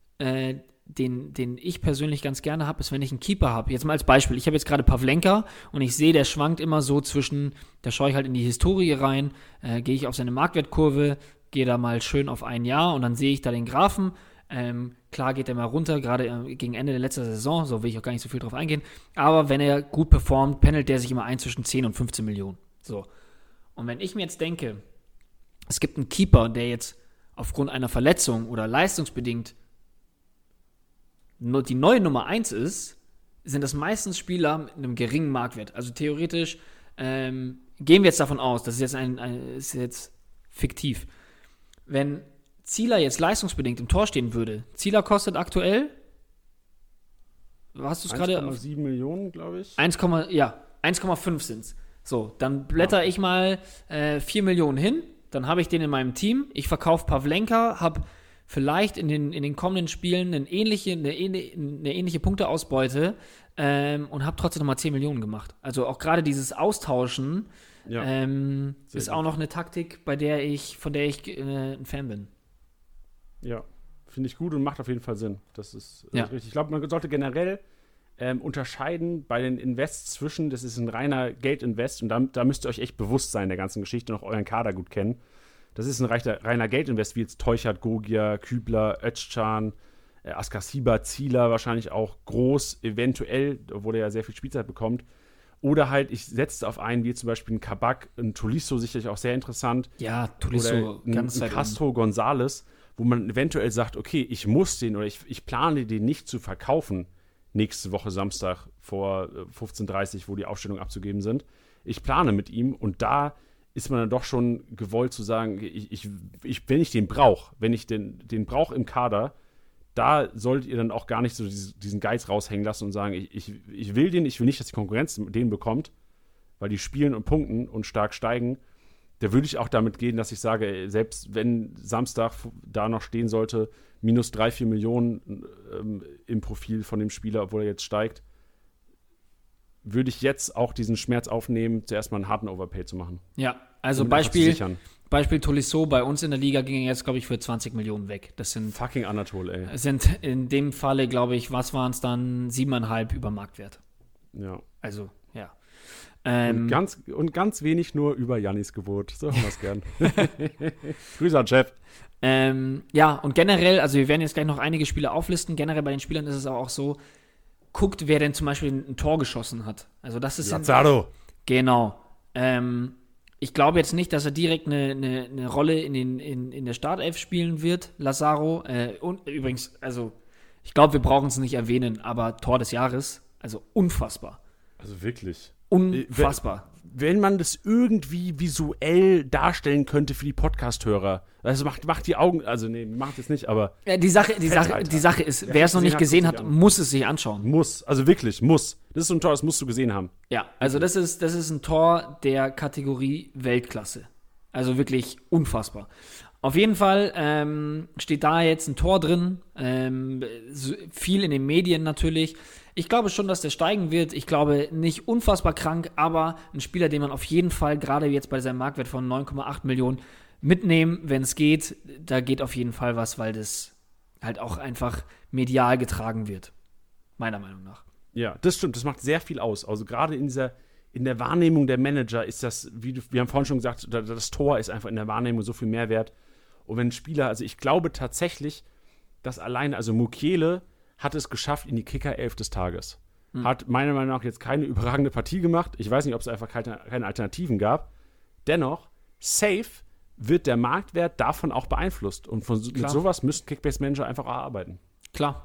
den ich persönlich ganz gerne habe, ist, wenn ich einen Keeper habe. Jetzt mal als Beispiel, ich habe jetzt gerade Pavlenka und ich sehe, der schwankt immer so da schaue ich halt in die Historie rein, gehe ich auf seine Marktwertkurve, gehe da mal schön auf ein Jahr und dann sehe ich da den Graphen. Klar geht er mal runter, gerade gegen Ende der letzten Saison, so will ich auch gar nicht so viel drauf eingehen, aber wenn er gut performt, pendelt der sich immer ein zwischen 10 und 15 Millionen. So. Und wenn ich mir jetzt denke, es gibt einen Keeper, der jetzt aufgrund einer Verletzung oder leistungsbedingt nur die neue Nummer 1 ist, sind das meistens Spieler mit einem geringen Marktwert. Also theoretisch gehen wir jetzt davon aus, das ist jetzt ist jetzt fiktiv. Wenn Zieler jetzt leistungsbedingt im Tor stehen würde, Zieler kostet aktuell, hast du es gerade? 1,7 Millionen, glaube ich. 1,5 sind es. So, dann blätter ich mal 4 Millionen hin, dann habe ich den in meinem Team, ich verkaufe Pavlenka, habe vielleicht in den kommenden Spielen eine ähnliche Punkteausbeute und habe trotzdem nochmal 10 Millionen gemacht. Also auch gerade dieses Austauschen ist auch noch eine Taktik, von der ich ein Fan bin. Ja, finde ich gut und macht auf jeden Fall Sinn. Das ist richtig. Ich glaube, man sollte generell unterscheiden bei den Invests zwischen, das ist ein reiner Geldinvest und da müsst ihr euch echt bewusst sein der ganzen Geschichte und auch euren Kader gut kennen. Das ist ein reiner Geldinvest, wie jetzt Teuchert, Gogia, Kübler, Özcan, Askasiba, Zieler wahrscheinlich auch groß, eventuell, obwohl er ja sehr viel Spielzeit bekommt. Oder halt, ich setze auf einen, wie zum Beispiel einen Kabak, einen Tolisso, sicherlich auch sehr interessant. Ja, Tolisso, oder ein Castro González, wo man eventuell sagt, okay, ich muss den oder ich plane den nicht zu verkaufen nächste Woche Samstag vor 15:30 Uhr, wo die Aufstellungen abzugeben sind. Ich plane mit ihm und da ist man dann doch schon gewollt zu sagen, wenn ich den brauche, wenn ich den brauche im Kader, da solltet ihr dann auch gar nicht so diesen Geiz raushängen lassen und sagen, ich will den, ich will nicht, dass die Konkurrenz den bekommt, weil die spielen und punkten und stark steigen. Da würde ich auch damit gehen, dass ich sage, selbst wenn Samstag da noch stehen sollte, minus 3-4 Millionen im Profil von dem Spieler, obwohl er jetzt steigt, würde ich jetzt auch diesen Schmerz aufnehmen, zuerst mal einen harten Overpay zu machen. Ja, also Beispiel Tolisso, bei uns in der Liga ging er jetzt, glaube ich, für 20 Millionen weg. Das sind fucking Anatol, ey. Sind in dem Falle, glaube ich, was waren es dann? 7,5 über Marktwert. Ja. Also, ja. Und ganz wenig nur über Jannis Gebot. So haben wir es gern. Grüße an Chef. Ja, und generell, also wir werden jetzt gleich noch einige Spiele auflisten. Generell bei den Spielern ist es aber auch so, guckt, wer denn zum Beispiel ein Tor geschossen hat. Also das ist Lazaro. Genau. Ich glaube jetzt nicht, dass er direkt eine Rolle in der Startelf spielen wird, Lazaro. Und übrigens, also ich glaube, wir brauchen es nicht erwähnen, aber Tor des Jahres, also unfassbar. Also wirklich. Unfassbar. Wenn man das irgendwie visuell darstellen könnte für die Podcast-Hörer, also macht die Augen, also nee, macht es nicht, aber ja, die Sache ist, wer es noch nicht gesehen hat, muss es sich anschauen. Muss, also wirklich, muss. Das ist so ein Tor, das musst du gesehen haben. Ja, also das ist ein Tor der Kategorie Weltklasse. Also wirklich unfassbar. Auf jeden Fall steht da jetzt ein Tor drin, viel in den Medien natürlich. Ich glaube schon, dass der steigen wird. Ich glaube, nicht unfassbar krank, aber ein Spieler, den man auf jeden Fall, gerade jetzt bei seinem Marktwert von 9,8 Millionen, mitnehmen, wenn es geht. Da geht auf jeden Fall was, weil das halt auch einfach medial getragen wird. Meiner Meinung nach. Ja, das stimmt. Das macht sehr viel aus. Also gerade in der Wahrnehmung der Manager ist das, wir haben vorhin schon gesagt, das Tor ist einfach in der Wahrnehmung so viel mehr wert. Und wenn ein Spieler, also ich glaube tatsächlich, dass alleine, also Mukiele hat es geschafft in die Kicker-11 des Tages. Hat meiner Meinung nach jetzt keine überragende Partie gemacht. Ich weiß nicht, ob es einfach keine Alternativen gab. Dennoch, safe wird der Marktwert davon auch beeinflusst. Und mit sowas müssten Kickbase-Manager einfach arbeiten. Klar.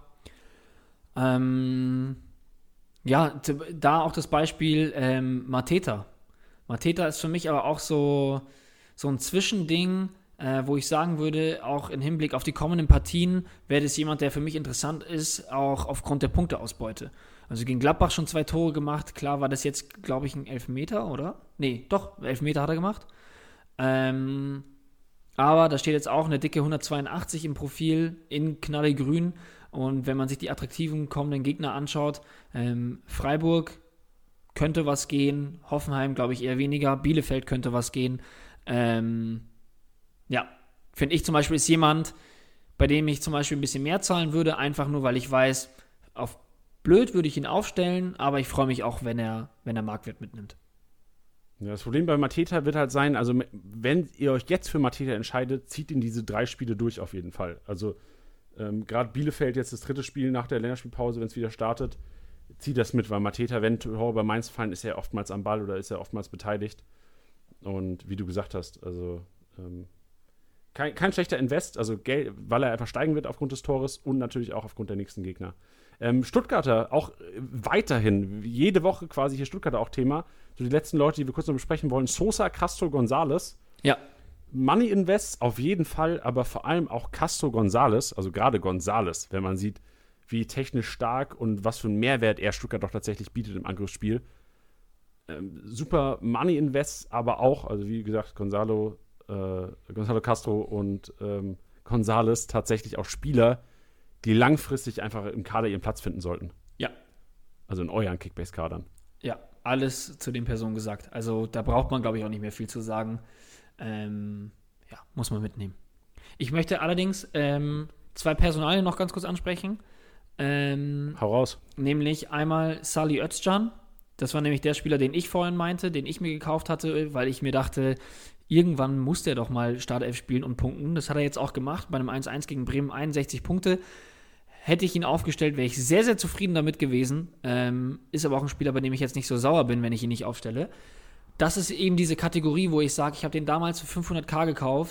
Ja, da auch das Beispiel Mateta. Mateta ist für mich aber auch so ein Zwischending, wo ich sagen würde, auch im Hinblick auf die kommenden Partien, wäre das jemand, der für mich interessant ist, auch aufgrund der Punkteausbeute. Also gegen Gladbach schon 2 Tore gemacht. Klar war das jetzt, glaube ich, ein Elfmeter, oder? Nee, doch, Elfmeter hat er gemacht. Aber da steht jetzt auch eine dicke 182 im Profil in knallegrün. Und wenn man sich die attraktiven kommenden Gegner anschaut, Freiburg könnte was gehen, Hoffenheim glaube ich eher weniger, Bielefeld könnte was gehen. Ja, finde ich zum Beispiel ist jemand, bei dem ich zum Beispiel ein bisschen mehr zahlen würde, einfach nur, weil ich weiß, auf blöd würde ich ihn aufstellen, aber ich freue mich auch, wenn er Marktwert mitnimmt. Ja, das Problem bei Mateta wird halt sein, also wenn ihr euch jetzt für Mateta entscheidet, zieht ihn diese 3 Spiele durch auf jeden Fall. Also gerade Bielefeld jetzt das 3. Spiel nach der Länderspielpause, wenn es wieder startet, zieht das mit, weil Mateta, wenn Tore bei Mainz fallen, ist er oftmals am Ball oder ist er oftmals beteiligt. Und wie du gesagt hast, also kein schlechter Invest, also Geld, weil er einfach steigen wird aufgrund des Tores und natürlich auch aufgrund der nächsten Gegner. Stuttgarter auch weiterhin, jede Woche quasi hier Stuttgarter auch Thema. So die letzten Leute, die wir kurz noch besprechen wollen, Sosa, Castro, González. Ja. Money Invest auf jeden Fall, aber vor allem auch Castro González, also gerade González, wenn man sieht, wie technisch stark und was für einen Mehrwert er Stuttgart doch tatsächlich bietet im Angriffsspiel. Super Money Invest, aber auch, also wie gesagt, Gonzalo Castro und González tatsächlich auch Spieler, die langfristig einfach im Kader ihren Platz finden sollten. Ja. Also in euren Kickbase-Kadern. Ja, alles zu den Personen gesagt. Also da braucht man, glaube ich, auch nicht mehr viel zu sagen. Ja, muss man mitnehmen. Ich möchte allerdings 2 Personalien noch ganz kurz ansprechen. Hau raus. Nämlich einmal Salih Özcan. Das war nämlich der Spieler, den ich vorhin meinte, den ich mir gekauft hatte, weil ich mir dachte, irgendwann muss der doch mal Startelf spielen und punkten. Das hat er jetzt auch gemacht, bei einem 1-1 gegen Bremen, 61 Punkte. Hätte ich ihn aufgestellt, wäre ich sehr, sehr zufrieden damit gewesen. Ist aber auch ein Spieler, bei dem ich jetzt nicht so sauer bin, wenn ich ihn nicht aufstelle. Das ist eben diese Kategorie, wo ich sage, ich habe den damals für 500.000 gekauft.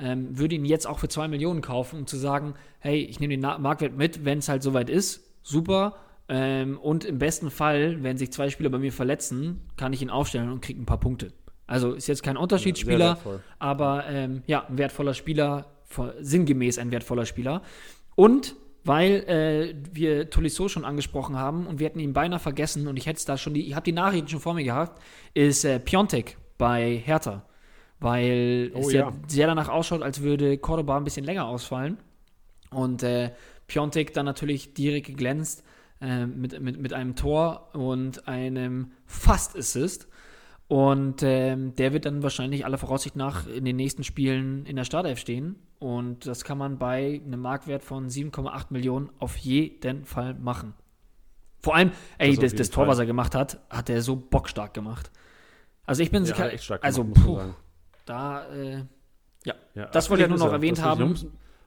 würde ihn jetzt auch für 2 Millionen kaufen, um zu sagen, hey, ich nehme den Marktwert mit, wenn es halt soweit ist, super. Und im besten Fall, wenn sich 2 Spieler bei mir verletzen, kann ich ihn aufstellen und kriege ein paar Punkte. Also ist jetzt kein Unterschiedsspieler, aber ein wertvoller Spieler, sinngemäß ein wertvoller Spieler. Und weil wir Tolisso schon angesprochen haben und wir hätten ihn beinahe vergessen und ich habe die Nachrichten schon vor mir gehabt, ist Piontek bei Hertha. Weil es ja sehr danach ausschaut, als würde Cordoba ein bisschen länger ausfallen. Und Piontek dann natürlich direkt geglänzt mit einem Tor und einem Fast-Assist. Und der wird dann wahrscheinlich aller Voraussicht nach in den nächsten Spielen in der Startelf stehen. Und das kann man bei einem Marktwert von 7,8 Millionen auf jeden Fall machen. Vor allem, das Tor, was er gemacht hat, hat er so bockstark gemacht. Also ich bin echt stark also gemacht, das wollte ich nur noch erwähnt haben.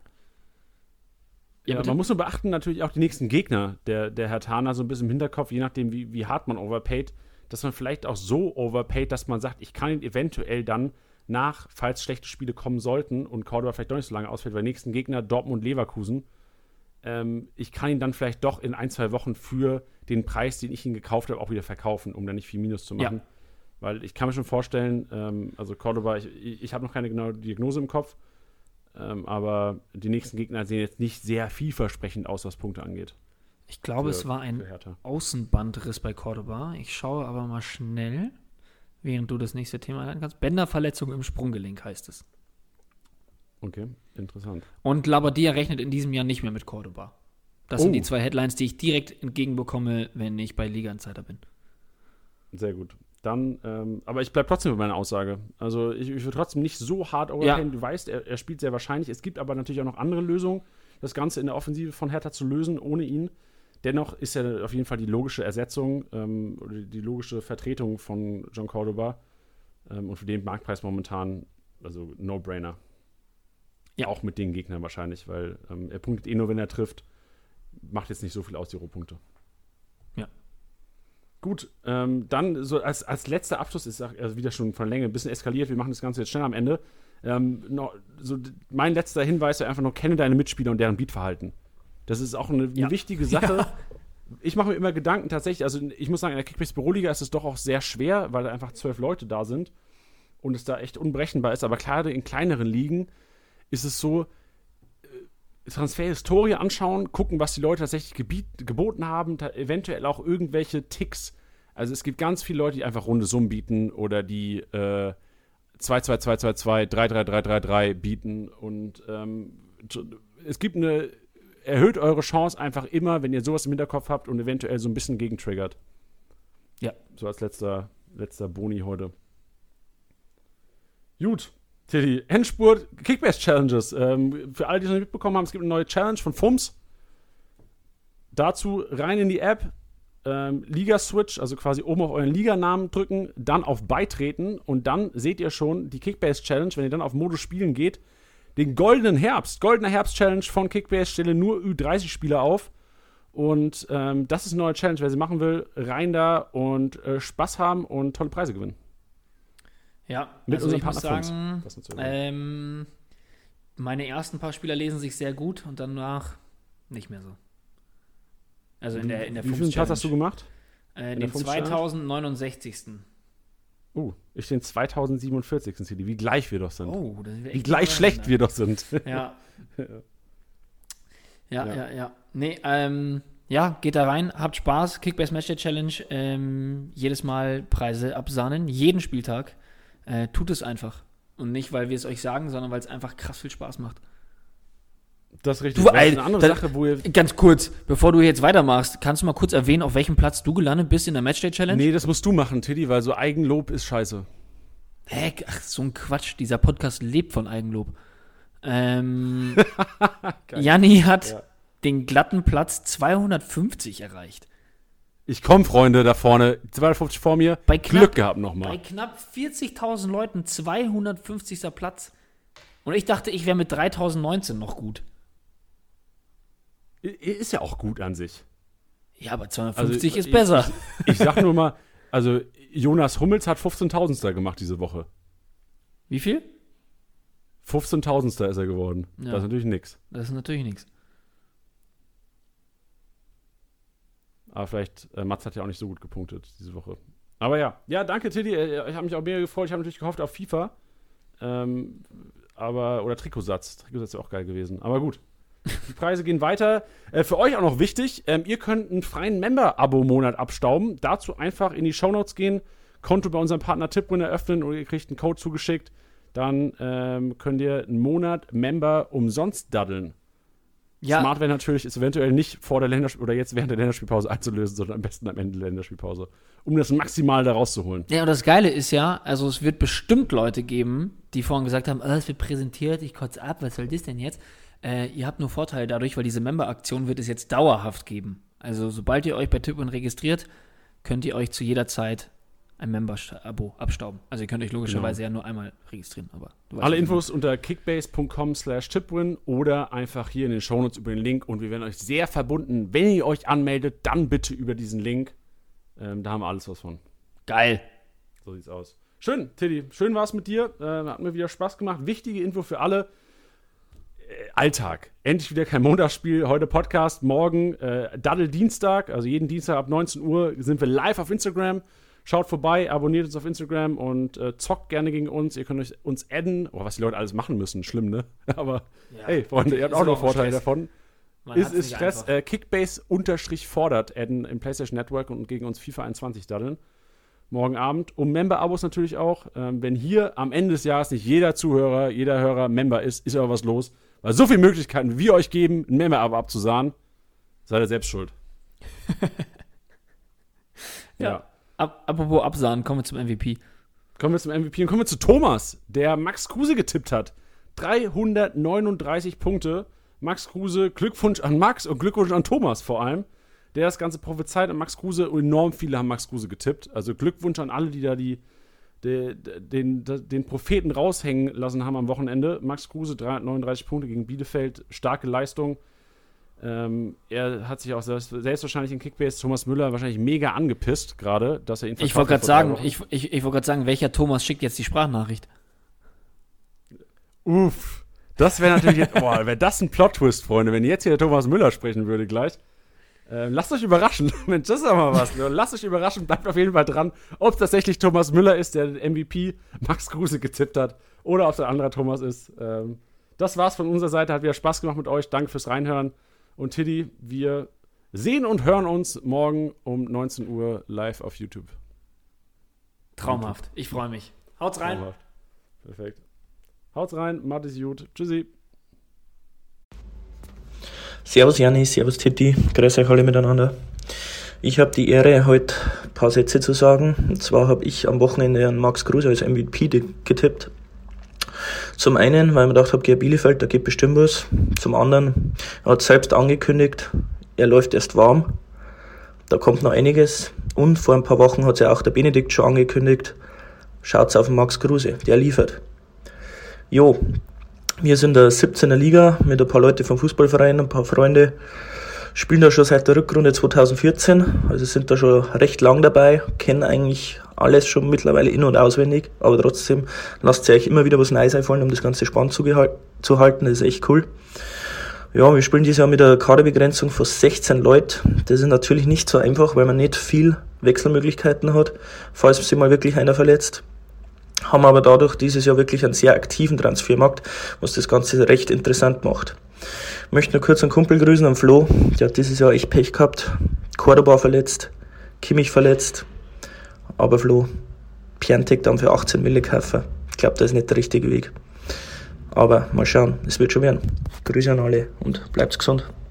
Man muss nur beachten, natürlich auch die nächsten Gegner der Herthaner so ein bisschen im Hinterkopf, je nachdem, wie hart man overpaid, dass man vielleicht auch so overpaid, dass man sagt, ich kann ihn eventuell dann falls schlechte Spiele kommen sollten und Cordoba vielleicht doch nicht so lange ausfällt, weil nächsten Gegner Dortmund, Leverkusen, ich kann ihn dann vielleicht doch in 1-2 Wochen für den Preis, den ich ihn gekauft habe, auch wieder verkaufen, um dann nicht viel Minus zu machen. Ja. Weil ich kann mir schon vorstellen, also Cordoba, ich habe noch keine genaue Diagnose im Kopf, aber die nächsten Gegner sehen jetzt nicht sehr vielversprechend aus, was Punkte angeht. Ich glaube, es war ein Außenbandriss bei Cordoba. Ich schaue aber mal schnell, während du das nächste Thema erhalten kannst. Bänderverletzung im Sprunggelenk heißt es. Okay, interessant. Und Labadia rechnet in diesem Jahr nicht mehr mit Cordoba. Das sind die 2 Headlines, die ich direkt entgegenbekomme, wenn ich bei Liga Insider bin. Sehr gut. Dann, aber ich bleibe trotzdem bei meiner Aussage. Also ich würde trotzdem nicht so hart overpayen. Ja. Du weißt, er spielt sehr wahrscheinlich. Es gibt aber natürlich auch noch andere Lösungen, das Ganze in der Offensive von Hertha zu lösen, ohne ihn. Dennoch ist er auf jeden Fall die logische Ersetzung oder die logische Vertretung von John Cordoba und für den Marktpreis momentan, also No-Brainer. Ja. Auch mit den Gegnern wahrscheinlich, weil er punktet nur, wenn er trifft. Macht jetzt nicht so viel aus, die Rohpunkte. Ja. Gut, dann so als letzter Abschluss ist also wieder schon von Länge ein bisschen eskaliert. Wir machen das Ganze jetzt schnell am Ende. Mein letzter Hinweis wäre einfach nur, kenne deine Mitspieler und deren Beatverhalten. Das ist auch eine wichtige Sache. Ja. Ich mache mir immer Gedanken tatsächlich, also ich muss sagen, in der Kickbase Büroliga ist es doch auch sehr schwer, weil da einfach 12 Leute da sind und es da echt unberechenbar ist. Aber gerade in kleineren Ligen ist es so, Transferhistorie anschauen, gucken, was die Leute tatsächlich geboten haben, eventuell auch irgendwelche Ticks. Also es gibt ganz viele Leute, die einfach runde Summen bieten oder die 2-2-2-2-2, 3-3-3-3-3 bieten und es gibt erhöht eure Chance einfach immer, wenn ihr sowas im Hinterkopf habt und eventuell so ein bisschen gegentriggert. Ja. So als letzter Boni heute. Gut. Die Endspurt Kickbase Challenges. Für alle, die es noch nicht mitbekommen haben, es gibt eine neue Challenge von FUMS. Dazu rein in die App, Liga-Switch, also quasi oben auf euren Liganamen drücken, dann auf Beitreten und dann seht ihr schon die Kickbase Challenge, wenn ihr dann auf Modus Spielen geht, den Goldener Herbst Challenge von Kickbase, stelle nur Ü30-Spieler auf und das ist eine neue Challenge, wer sie machen will, rein da und Spaß haben und tolle Preise gewinnen. Ja, mit also ich muss sagen, meine ersten paar Spieler lesen sich sehr gut und danach nicht mehr so. Also in der Wie viel Platz hast du gemacht? Den 2069. Ich den 2047. CD. Wie gleich wir doch sind. Wie gleich schlecht wir doch sind. Ja. Nee, geht da rein, habt Spaß. Kickbase Matchday Challenge. Jedes Mal Preise absahnen. Jeden Spieltag. Tut es einfach. Und nicht, weil wir es euch sagen, sondern weil es einfach krass viel Spaß macht. Das ist richtig. Das ist eine andere Sache, wo ihr ganz kurz, bevor du jetzt weitermachst, kannst du mal kurz erwähnen, auf welchem Platz du gelandet bist in der Matchday Challenge? Nee, das musst du machen, Tiddy, weil so Eigenlob ist scheiße. Ach, so ein Quatsch. Dieser Podcast lebt von Eigenlob. Janni hat den glatten Platz 250 erreicht. Ich komm, Freunde, da vorne, 250 vor mir, Glück gehabt nochmal. Bei knapp 40.000 Leuten 250. Platz. Und ich dachte, ich wäre mit 3.019 noch gut. Ist ja auch gut an sich. Ja, aber 250 ist besser. Ich sag nur mal, also Jonas Hummels hat 15.000. gemacht diese Woche. Wie viel? 15.000. ist er geworden. Ja. Das ist natürlich nix. Das ist natürlich nichts. Aber vielleicht, Mats hat ja auch nicht so gut gepunktet diese Woche. Aber ja, danke Tilly. Ich habe mich auch mega gefreut. Ich habe natürlich gehofft auf FIFA. Oder Trikotsatz. Trikotsatz wäre auch geil gewesen. Aber gut. Die Preise gehen weiter. Für euch auch noch wichtig, ihr könnt einen freien Member-Abo-Monat abstauben. Dazu einfach in die Shownotes gehen, Konto bei unserem Partner Tipwin eröffnen oder ihr kriegt einen Code zugeschickt. Dann könnt ihr einen Monat Member umsonst daddeln. Ja. Smart wäre natürlich, ist eventuell nicht vor der oder jetzt während der Länderspielpause einzulösen, sondern am besten am Ende der Länderspielpause, um das maximal da rauszuholen. Ja, und das Geile ist ja, also es wird bestimmt Leute geben, die vorhin gesagt haben, es wird präsentiert, ich kotze ab, was soll das denn jetzt? Ihr habt nur Vorteile dadurch, weil diese Member-Aktion wird es jetzt dauerhaft geben. Also sobald ihr euch bei Tipwin registriert, könnt ihr euch zu jeder Zeit ein Member-Abo abstauben. Also ihr könnt euch logischerweise ja nur einmal registrieren. Aber alle Infos unter kickbase.com/tipwin oder einfach hier in den Shownotes über den Link. Und wir werden euch sehr verbunden. Wenn ihr euch anmeldet, dann bitte über diesen Link. Da haben wir alles was von. Geil. So sieht's aus. Schön, Tilly. Schön war es mit dir. Hat mir wieder Spaß gemacht. Wichtige Info für alle. Alltag. Endlich wieder kein Montagsspiel. Heute Podcast. Morgen Daddel-Dienstag. Also jeden Dienstag ab 19 Uhr sind wir live auf Instagram. Schaut vorbei, abonniert uns auf Instagram und zockt gerne gegen uns. Ihr könnt uns adden. Oh, was die Leute alles machen müssen. Schlimm, ne? Aber hey, Freunde, ihr habt auch noch Vorteile davon. Ist Stress. Kickbase_fordert adden im PlayStation Network und gegen uns FIFA 21 daddeln. Morgen Abend. Um Member-Abos natürlich auch. Wenn hier am Ende des Jahres nicht jeder Zuhörer, jeder Hörer Member ist aber was los. Weil so viele Möglichkeiten, wie wir euch geben, ein Member-Abo abzusahnen, seid ihr selbst schuld. Ja. Apropos absahen, kommen wir zum MVP. Kommen wir zum MVP und kommen wir zu Thomas, der Max Kruse getippt hat. 339 Punkte. Max Kruse, Glückwunsch an Max und Glückwunsch an Thomas vor allem, der das Ganze prophezeit. Und Max Kruse, enorm viele haben Max Kruse getippt. Also Glückwunsch an alle, die da den Propheten raushängen lassen haben am Wochenende. Max Kruse, 339 Punkte gegen Bielefeld, starke Leistung. Er hat sich auch selbst wahrscheinlich in Kickbase Thomas Müller wahrscheinlich mega angepisst gerade, dass er ihn Ich wollte gerade sagen, welcher Thomas schickt jetzt die Sprachnachricht? Uff, das wäre natürlich wäre das ein Plot-Twist, Freunde, wenn jetzt hier der Thomas Müller sprechen würde gleich. Lasst euch überraschen, Mensch, das ist aber was. Lasst euch überraschen, bleibt auf jeden Fall dran, ob es tatsächlich Thomas Müller ist, der den MVP Max Kruse getippt hat, oder ob es ein anderer Thomas ist. Das war's von unserer Seite, hat wieder Spaß gemacht mit euch, danke fürs Reinhören. Und Tiddy, wir sehen und hören uns morgen um 19 Uhr live auf YouTube. Traumhaft. Ich freue mich. Haut's rein. Traumhaft. Perfekt. Haut's rein. Macht es gut. Tschüssi. Servus Janni, servus Titti. Grüß euch alle miteinander. Ich habe die Ehre, heute ein paar Sätze zu sagen. Und zwar habe ich am Wochenende an Max Kruse als MVP getippt. Zum einen, weil ich mir gedacht habe, gegen Bielefeld, da geht bestimmt was. Zum anderen, er hat selbst angekündigt, er läuft erst warm. Da kommt noch einiges. Und vor ein paar Wochen hat es ja auch der Benedikt schon angekündigt. Schaut's auf den Max Kruse, der liefert. Jo, wir sind in der 17er Liga mit ein paar Leute vom Fußballverein, ein paar Freunde. Spielen da schon seit der Rückrunde 2014, also sind da schon recht lang dabei, kennen eigentlich alles schon mittlerweile in- und auswendig, aber trotzdem lasst ihr euch immer wieder was Neues einfallen, um das Ganze spannend zu halten, das ist echt cool. Ja, wir spielen dieses Jahr mit einer Kaderbegrenzung von 16 Leuten. Das ist natürlich nicht so einfach, weil man nicht viel Wechselmöglichkeiten hat, falls sich mal wirklich einer verletzt. Haben aber dadurch dieses Jahr wirklich einen sehr aktiven Transfermarkt, was das Ganze recht interessant macht. Ich möchte nur kurz einen Kumpel grüßen, am Flo. Der hat dieses Jahr echt Pech gehabt. Cordoba verletzt, Kimmich verletzt. Aber Flo, Piantek dann für 18 Mille kaufen. Ich glaube, das ist nicht der richtige Weg. Aber mal schauen, es wird schon werden. Grüße an alle und bleibt gesund.